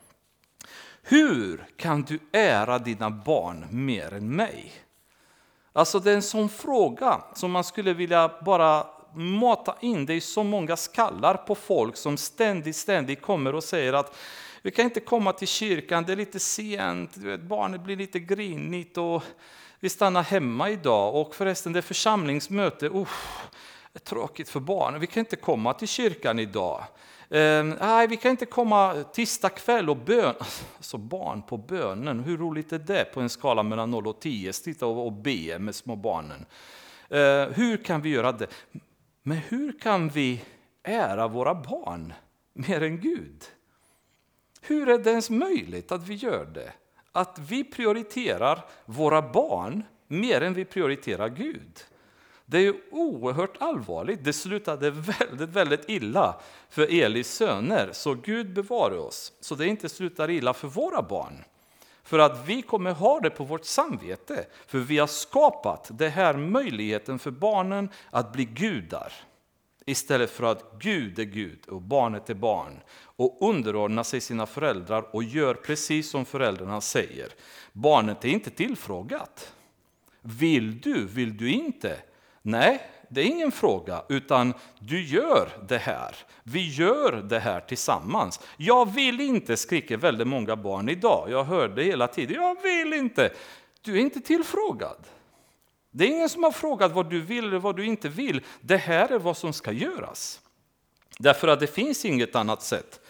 S1: Hur kan du ära dina barn mer än mig? Alltså det är en sån fråga som man skulle vilja bara mata in. Det är så många skallar på folk som ständigt kommer och säger att vi kan inte komma till kyrkan, det är lite sent, barnet blir lite grinigt och vi stannar hemma idag. Och förresten, det är församlingsmöte, det är tråkigt för barn, vi kan inte komma till kyrkan idag. Nej, vi kan inte komma tisdag kväll och bön. Alltså barn på bönen, hur roligt är det på en skala mellan 0 och 10? Sitta och be med små barnen. Hur kan vi göra det? Men hur kan vi ära våra barn mer än Gud? Hur är det ens möjligt att vi gör det? Att vi prioriterar våra barn mer än vi prioriterar Gud. Det är ju oerhört allvarligt. Det slutade väldigt illa för Elis söner. Så Gud bevarar oss. Så det inte slutar illa för våra barn. För att vi kommer ha det på vårt samvete. För vi har skapat den här möjligheten för barnen att bli gudar. Istället för att Gud är Gud och barnet är barn. Och underordnar sig sina föräldrar och gör precis som föräldrarna säger. Barnet är inte tillfrågat. Vill du inte? Nej, det är ingen fråga, utan du gör det här. Vi gör det här tillsammans. Jag vill inte, skriker väldigt många barn idag. Jag hör det hela tiden. Jag vill inte. Du är inte tillfrågad. Det är ingen som har frågat vad du vill eller vad du inte vill. Det här är vad som ska göras. Därför att det finns inget annat sätt.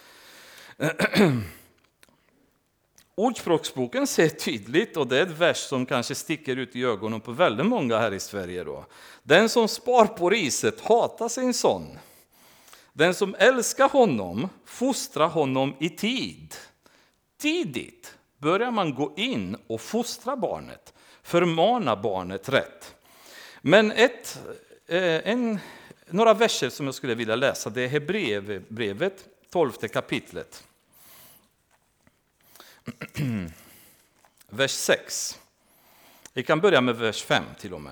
S1: Ordspråksboken säger tydligt, och det är ett vers som kanske sticker ut i ögonen på väldigt många här i Sverige då. Den som spar på riset hatar sin son. Den som älskar honom fostrar honom i tid. Tidigt börjar man gå in och fostra barnet, förmana barnet rätt. Men några verser som jag skulle vilja läsa, det är Hebreerbrevet, 12 kapitlet. Vers 6. Vi kan börja med vers 5 till och med.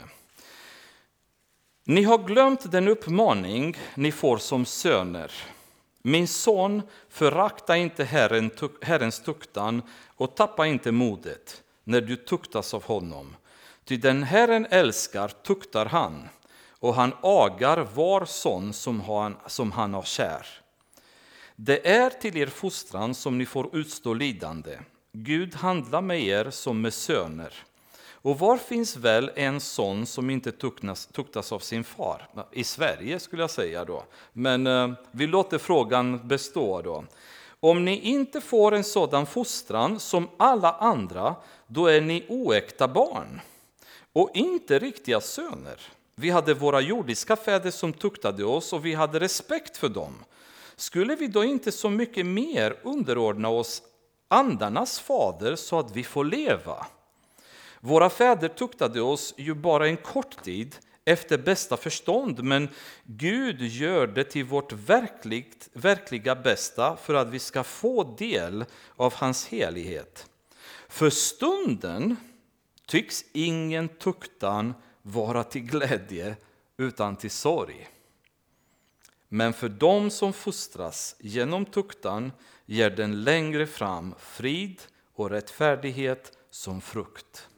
S1: Ni har glömt den uppmaning ni får som söner. Min son, förakta inte Herrens tuktan och tappa inte modet när du tuktas av honom. Ty den Herren älskar tuktar han, och han agar var son som han har kär. Det är till er fostran som ni får utstå lidande. Gud handlar med er som med söner. Och var finns väl en son som inte tuktas av sin far? I Sverige skulle jag säga då. Men vi låter frågan bestå då. Om ni inte får en sådan fostran som alla andra, då är ni oäkta barn och inte riktiga söner. Vi hade våra jordiska fäder som tuktade oss och vi hade respekt för dem. Skulle vi då inte så mycket mer underordna oss andarnas fader så att vi får leva? Våra fäder tuktade oss ju bara en kort tid efter bästa förstånd, men Gud gör det till vårt verkliga bästa för att vi ska få del av hans helighet. För stunden tycks ingen tuktan vara till glädje utan till sorg. Men för dem som fostras genom tuktan ger den längre fram frid och rättfärdighet som frukt.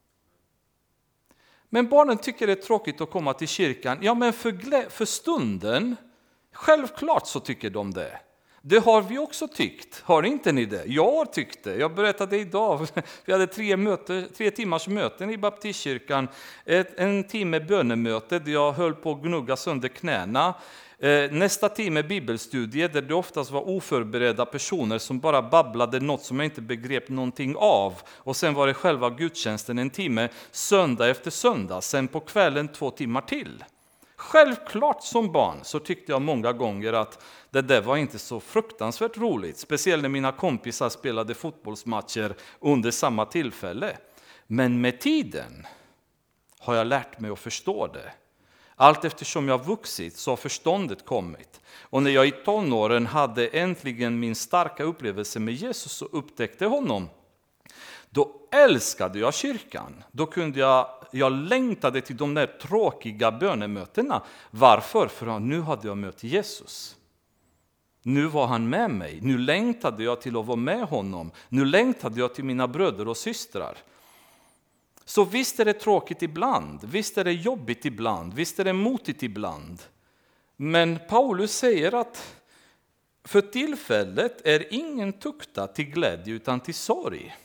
S1: Men barnen tycker det är tråkigt att komma till kyrkan. Ja, men för stunden, självklart så tycker de det. Det har vi också tyckt. Har inte ni det? Jag har tyckt det. Jag berättade idag. Vi hade 3 timmars möten i baptistkyrkan. En timme bönemöte där jag höll på att gnugga sönder knäna. Nästa timme bibelstudie där det oftast var oförberedda personer som bara babblade något som jag inte begrep någonting av. Och sen var det själva gudstjänsten en timme, söndag efter söndag. Sen på kvällen 2 timmar till. Självklart som barn så tyckte jag många gånger att det där var inte så fruktansvärt roligt. Speciellt när mina kompisar spelade fotbollsmatcher under samma tillfälle. Men med tiden har jag lärt mig att förstå det. Allt eftersom jag vuxit så har förståndet kommit. Och när jag i tonåren hade äntligen min starka upplevelse med Jesus och upptäckte honom, då älskade jag kyrkan. Då kunde jag längtade till de där tråkiga bönemötena. Varför? För att nu hade jag mött Jesus. Nu var han med mig. Nu längtade jag till att vara med honom. Nu längtade jag till mina bröder och systrar. Så visst är det tråkigt ibland, visst är det jobbigt ibland, visst är det motigt ibland. Men Paulus säger att för tillfället är ingen tuktad till glädje utan till sorg.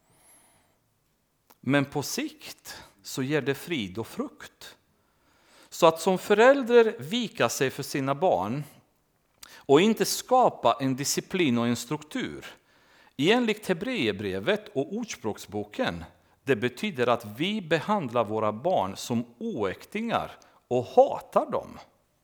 S1: Men på sikt så ger det frid och frukt. Så att som förälder vika sig för sina barn och inte skapa en disciplin och en struktur. Enligt Hebreerbrevet och Ordspråksboken, det betyder att vi behandlar våra barn som oäktingar och hatar dem.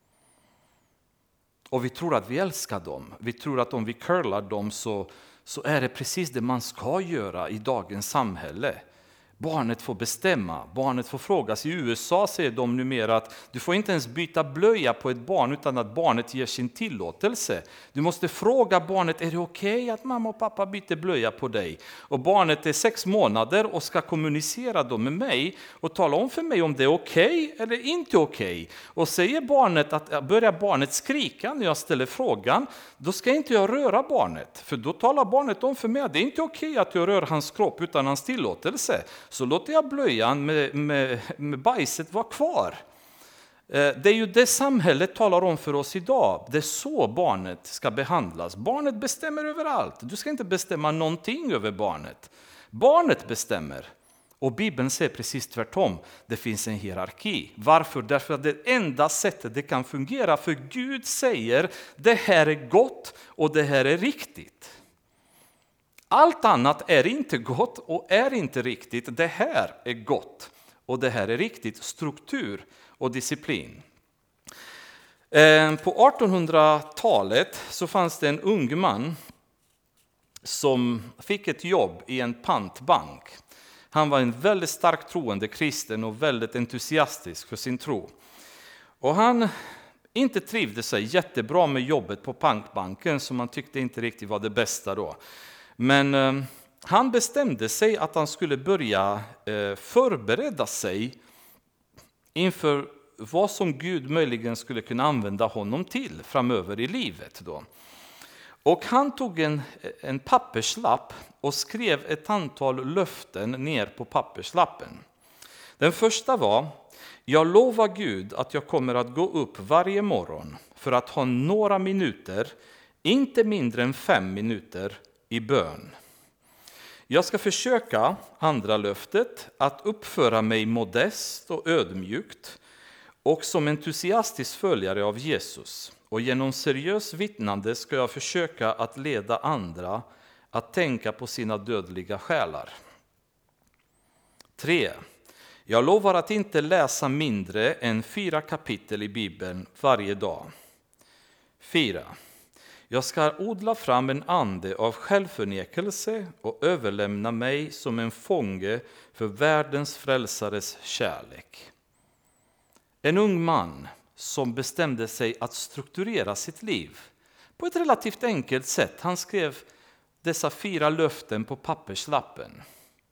S1: Och vi tror att vi älskar dem. Vi tror att om vi curlar dem så är det precis det man ska göra i dagens samhälle. Barnet får bestämma, barnet får frågas. I USA säger de numera att du får inte ens byta blöja på ett barn utan att barnet ger sin tillåtelse. Du måste fråga barnet, är det okej att mamma och pappa byter blöja på dig? Och barnet är 6 månader och ska kommunicera då med mig och tala om för mig om det är okej eller inte okej. Och säger barnet börjar barnet skrika när jag ställer frågan, då ska inte jag röra barnet. För då talar barnet om för mig att det är inte okej att jag rör hans kropp utan hans tillåtelse. Så låter jag blöjan med bajset vara kvar. Det är ju det samhället talar om för oss idag. Det är så barnet ska behandlas. Barnet bestämmer över allt. Du ska inte bestämma någonting över barnet. Barnet bestämmer. Och Bibeln säger precis tvärtom. Det finns en hierarki. Varför? Därför att det enda sättet det kan fungera. För Gud säger det här är gott och det här är riktigt. Allt annat är inte gott och är inte riktigt. Det här är gott och det här är riktigt. Struktur och disciplin. På 1800-talet så fanns det en ung man som fick ett jobb i en pantbank. Han var en väldigt starkt troende kristen och väldigt entusiastisk för sin tro. Och han inte trivde sig jättebra med jobbet på pantbanken, som han tyckte inte riktigt var det bästa då. Men han bestämde sig att han skulle börja förbereda sig inför vad som Gud möjligen skulle kunna använda honom till framöver i livet då. Och han tog en papperslapp och skrev ett antal löften ner på papperslappen. Den första var: jag lovar Gud att jag kommer att gå upp varje morgon för att ha några minuter, inte mindre än 5 minuter, i bön. Jag ska försöka, andra löftet, att uppföra mig modest och ödmjukt och som entusiastisk följare av Jesus. Och genom seriös vittnande ska jag försöka att leda andra att tänka på sina dödliga själar. 3. Jag lovar att inte läsa mindre än 4 kapitel i Bibeln varje dag. 4. Jag ska odla fram en ande av självförnekelse och överlämna mig som en fånge för världens frälsares kärlek. En ung man som bestämde sig att strukturera sitt liv på ett relativt enkelt sätt. Han skrev dessa 4 löften på papperslappen.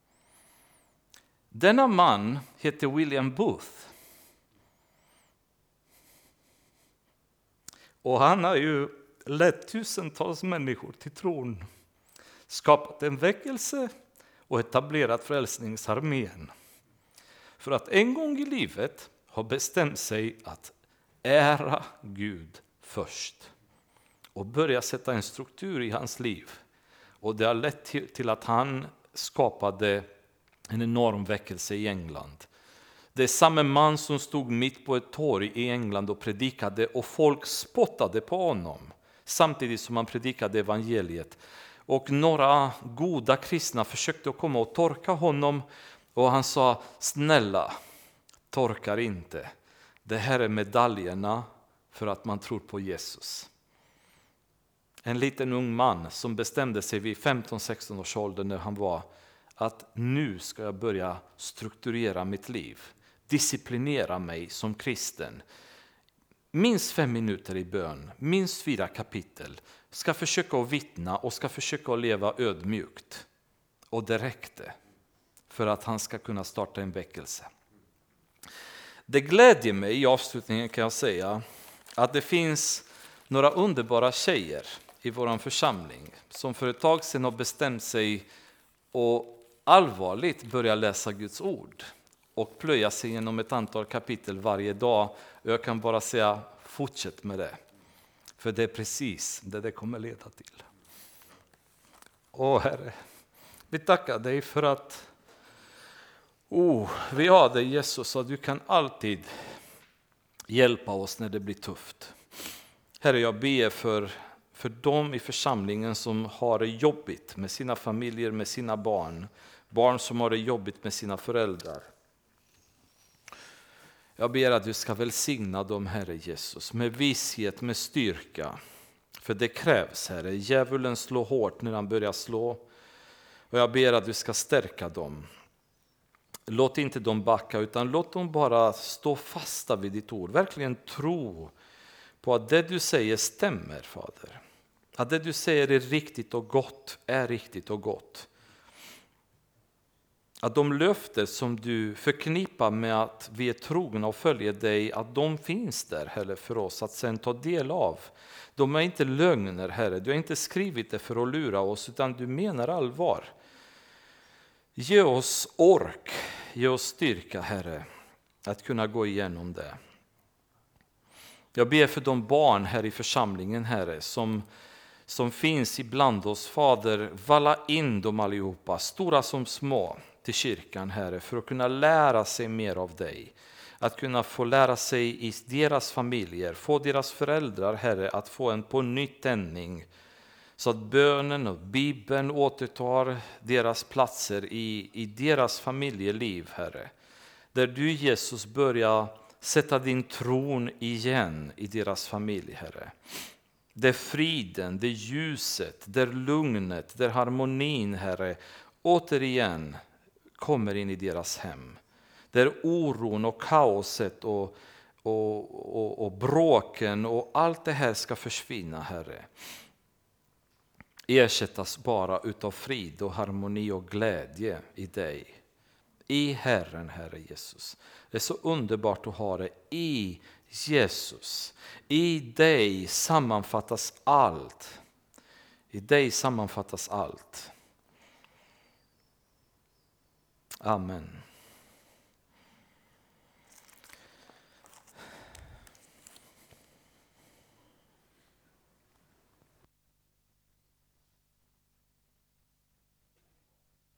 S1: Denna man heter William Booth. Och han har ju lett tusentals människor till tron, skapat en väckelse och etablerat frälsningsarmén. För att en gång i livet ha bestämt sig att ära Gud först och börja sätta en struktur i hans liv. Och det har lett till att han skapade en enorm väckelse i England. Det är samma man som stod mitt på ett torg i England och predikade och folk spottade på honom samtidigt som han predikade evangeliet. Och några goda kristna försökte komma och torka honom och han sa: snälla, torkar inte. Det här är medaljerna för att man tror på Jesus. En liten ung man som bestämde sig vid 15-16 års ålder när han var att nu ska jag börja strukturera mitt liv. Disciplinera mig som kristen. Minst 5 minuter i bön, minst 4 kapitel. Ska försöka att vittna och ska försöka att leva ödmjukt. Och det räckte för att han ska kunna starta en väckelse. Det glädjer mig i avslutningen, kan jag säga, att det finns några underbara tjejer i vår församling som för ett tag sedan har bestämt sig och allvarligt börja läsa Guds ord och plöja sig genom ett antal kapitel varje dag. Jag kan bara säga, fortsätt med det. För det är precis det kommer leda till. Åh Herre, vi tackar dig för att vi har dig Jesus, och du kan alltid hjälpa oss när det blir tufft. Herre, jag ber för dem i församlingen som har det jobbigt med sina familjer, med sina barn. Barn som har det jobbigt med sina föräldrar. Jag ber att du ska välsigna dem, Herre Jesus, med visshet, med styrka. För det krävs, Herre. Djävulen slår hårt när han börjar slå. Och jag ber att du ska stärka dem. Låt inte dem backa, utan låt dem bara stå fasta vid ditt ord. Verkligen tro på att det du säger stämmer, Fader. Att det du säger är riktigt och gott, är riktigt och gott. Att de löften som du förknippar med att vi är trogna och följer dig, att de finns där, Herre, för oss att sen ta del av. De är inte lögner, Herre. Du har inte skrivit det för att lura oss, utan du menar allvar. Ge oss ork, ge oss styrka, Herre, att kunna gå igenom det. Jag ber för de barn här i församlingen, Herre, som finns ibland oss, Fader. Valla in dem allihopa, stora som små, till kyrkan, Herre, för att kunna lära sig mer av dig. Att kunna få lära sig i deras familjer, få deras föräldrar, Herre, att få en på nytt tändning. Så att bönen och Bibeln återtar deras platser i deras familjeliv, Herre. Där du, Jesus, börjar sätta din tron igen i deras familj, Herre. Där friden, där ljuset, där lugnet, där harmonin, Herre, återigen kommer in i deras hem. Där oron och kaoset och bråken och allt det här ska försvinna, Herre. Ersättas bara utav frid och harmoni och glädje i dig. I Herren, Herre Jesus. Det är så underbart att ha det i Jesus. I dig sammanfattas allt. I dig sammanfattas allt. Amen.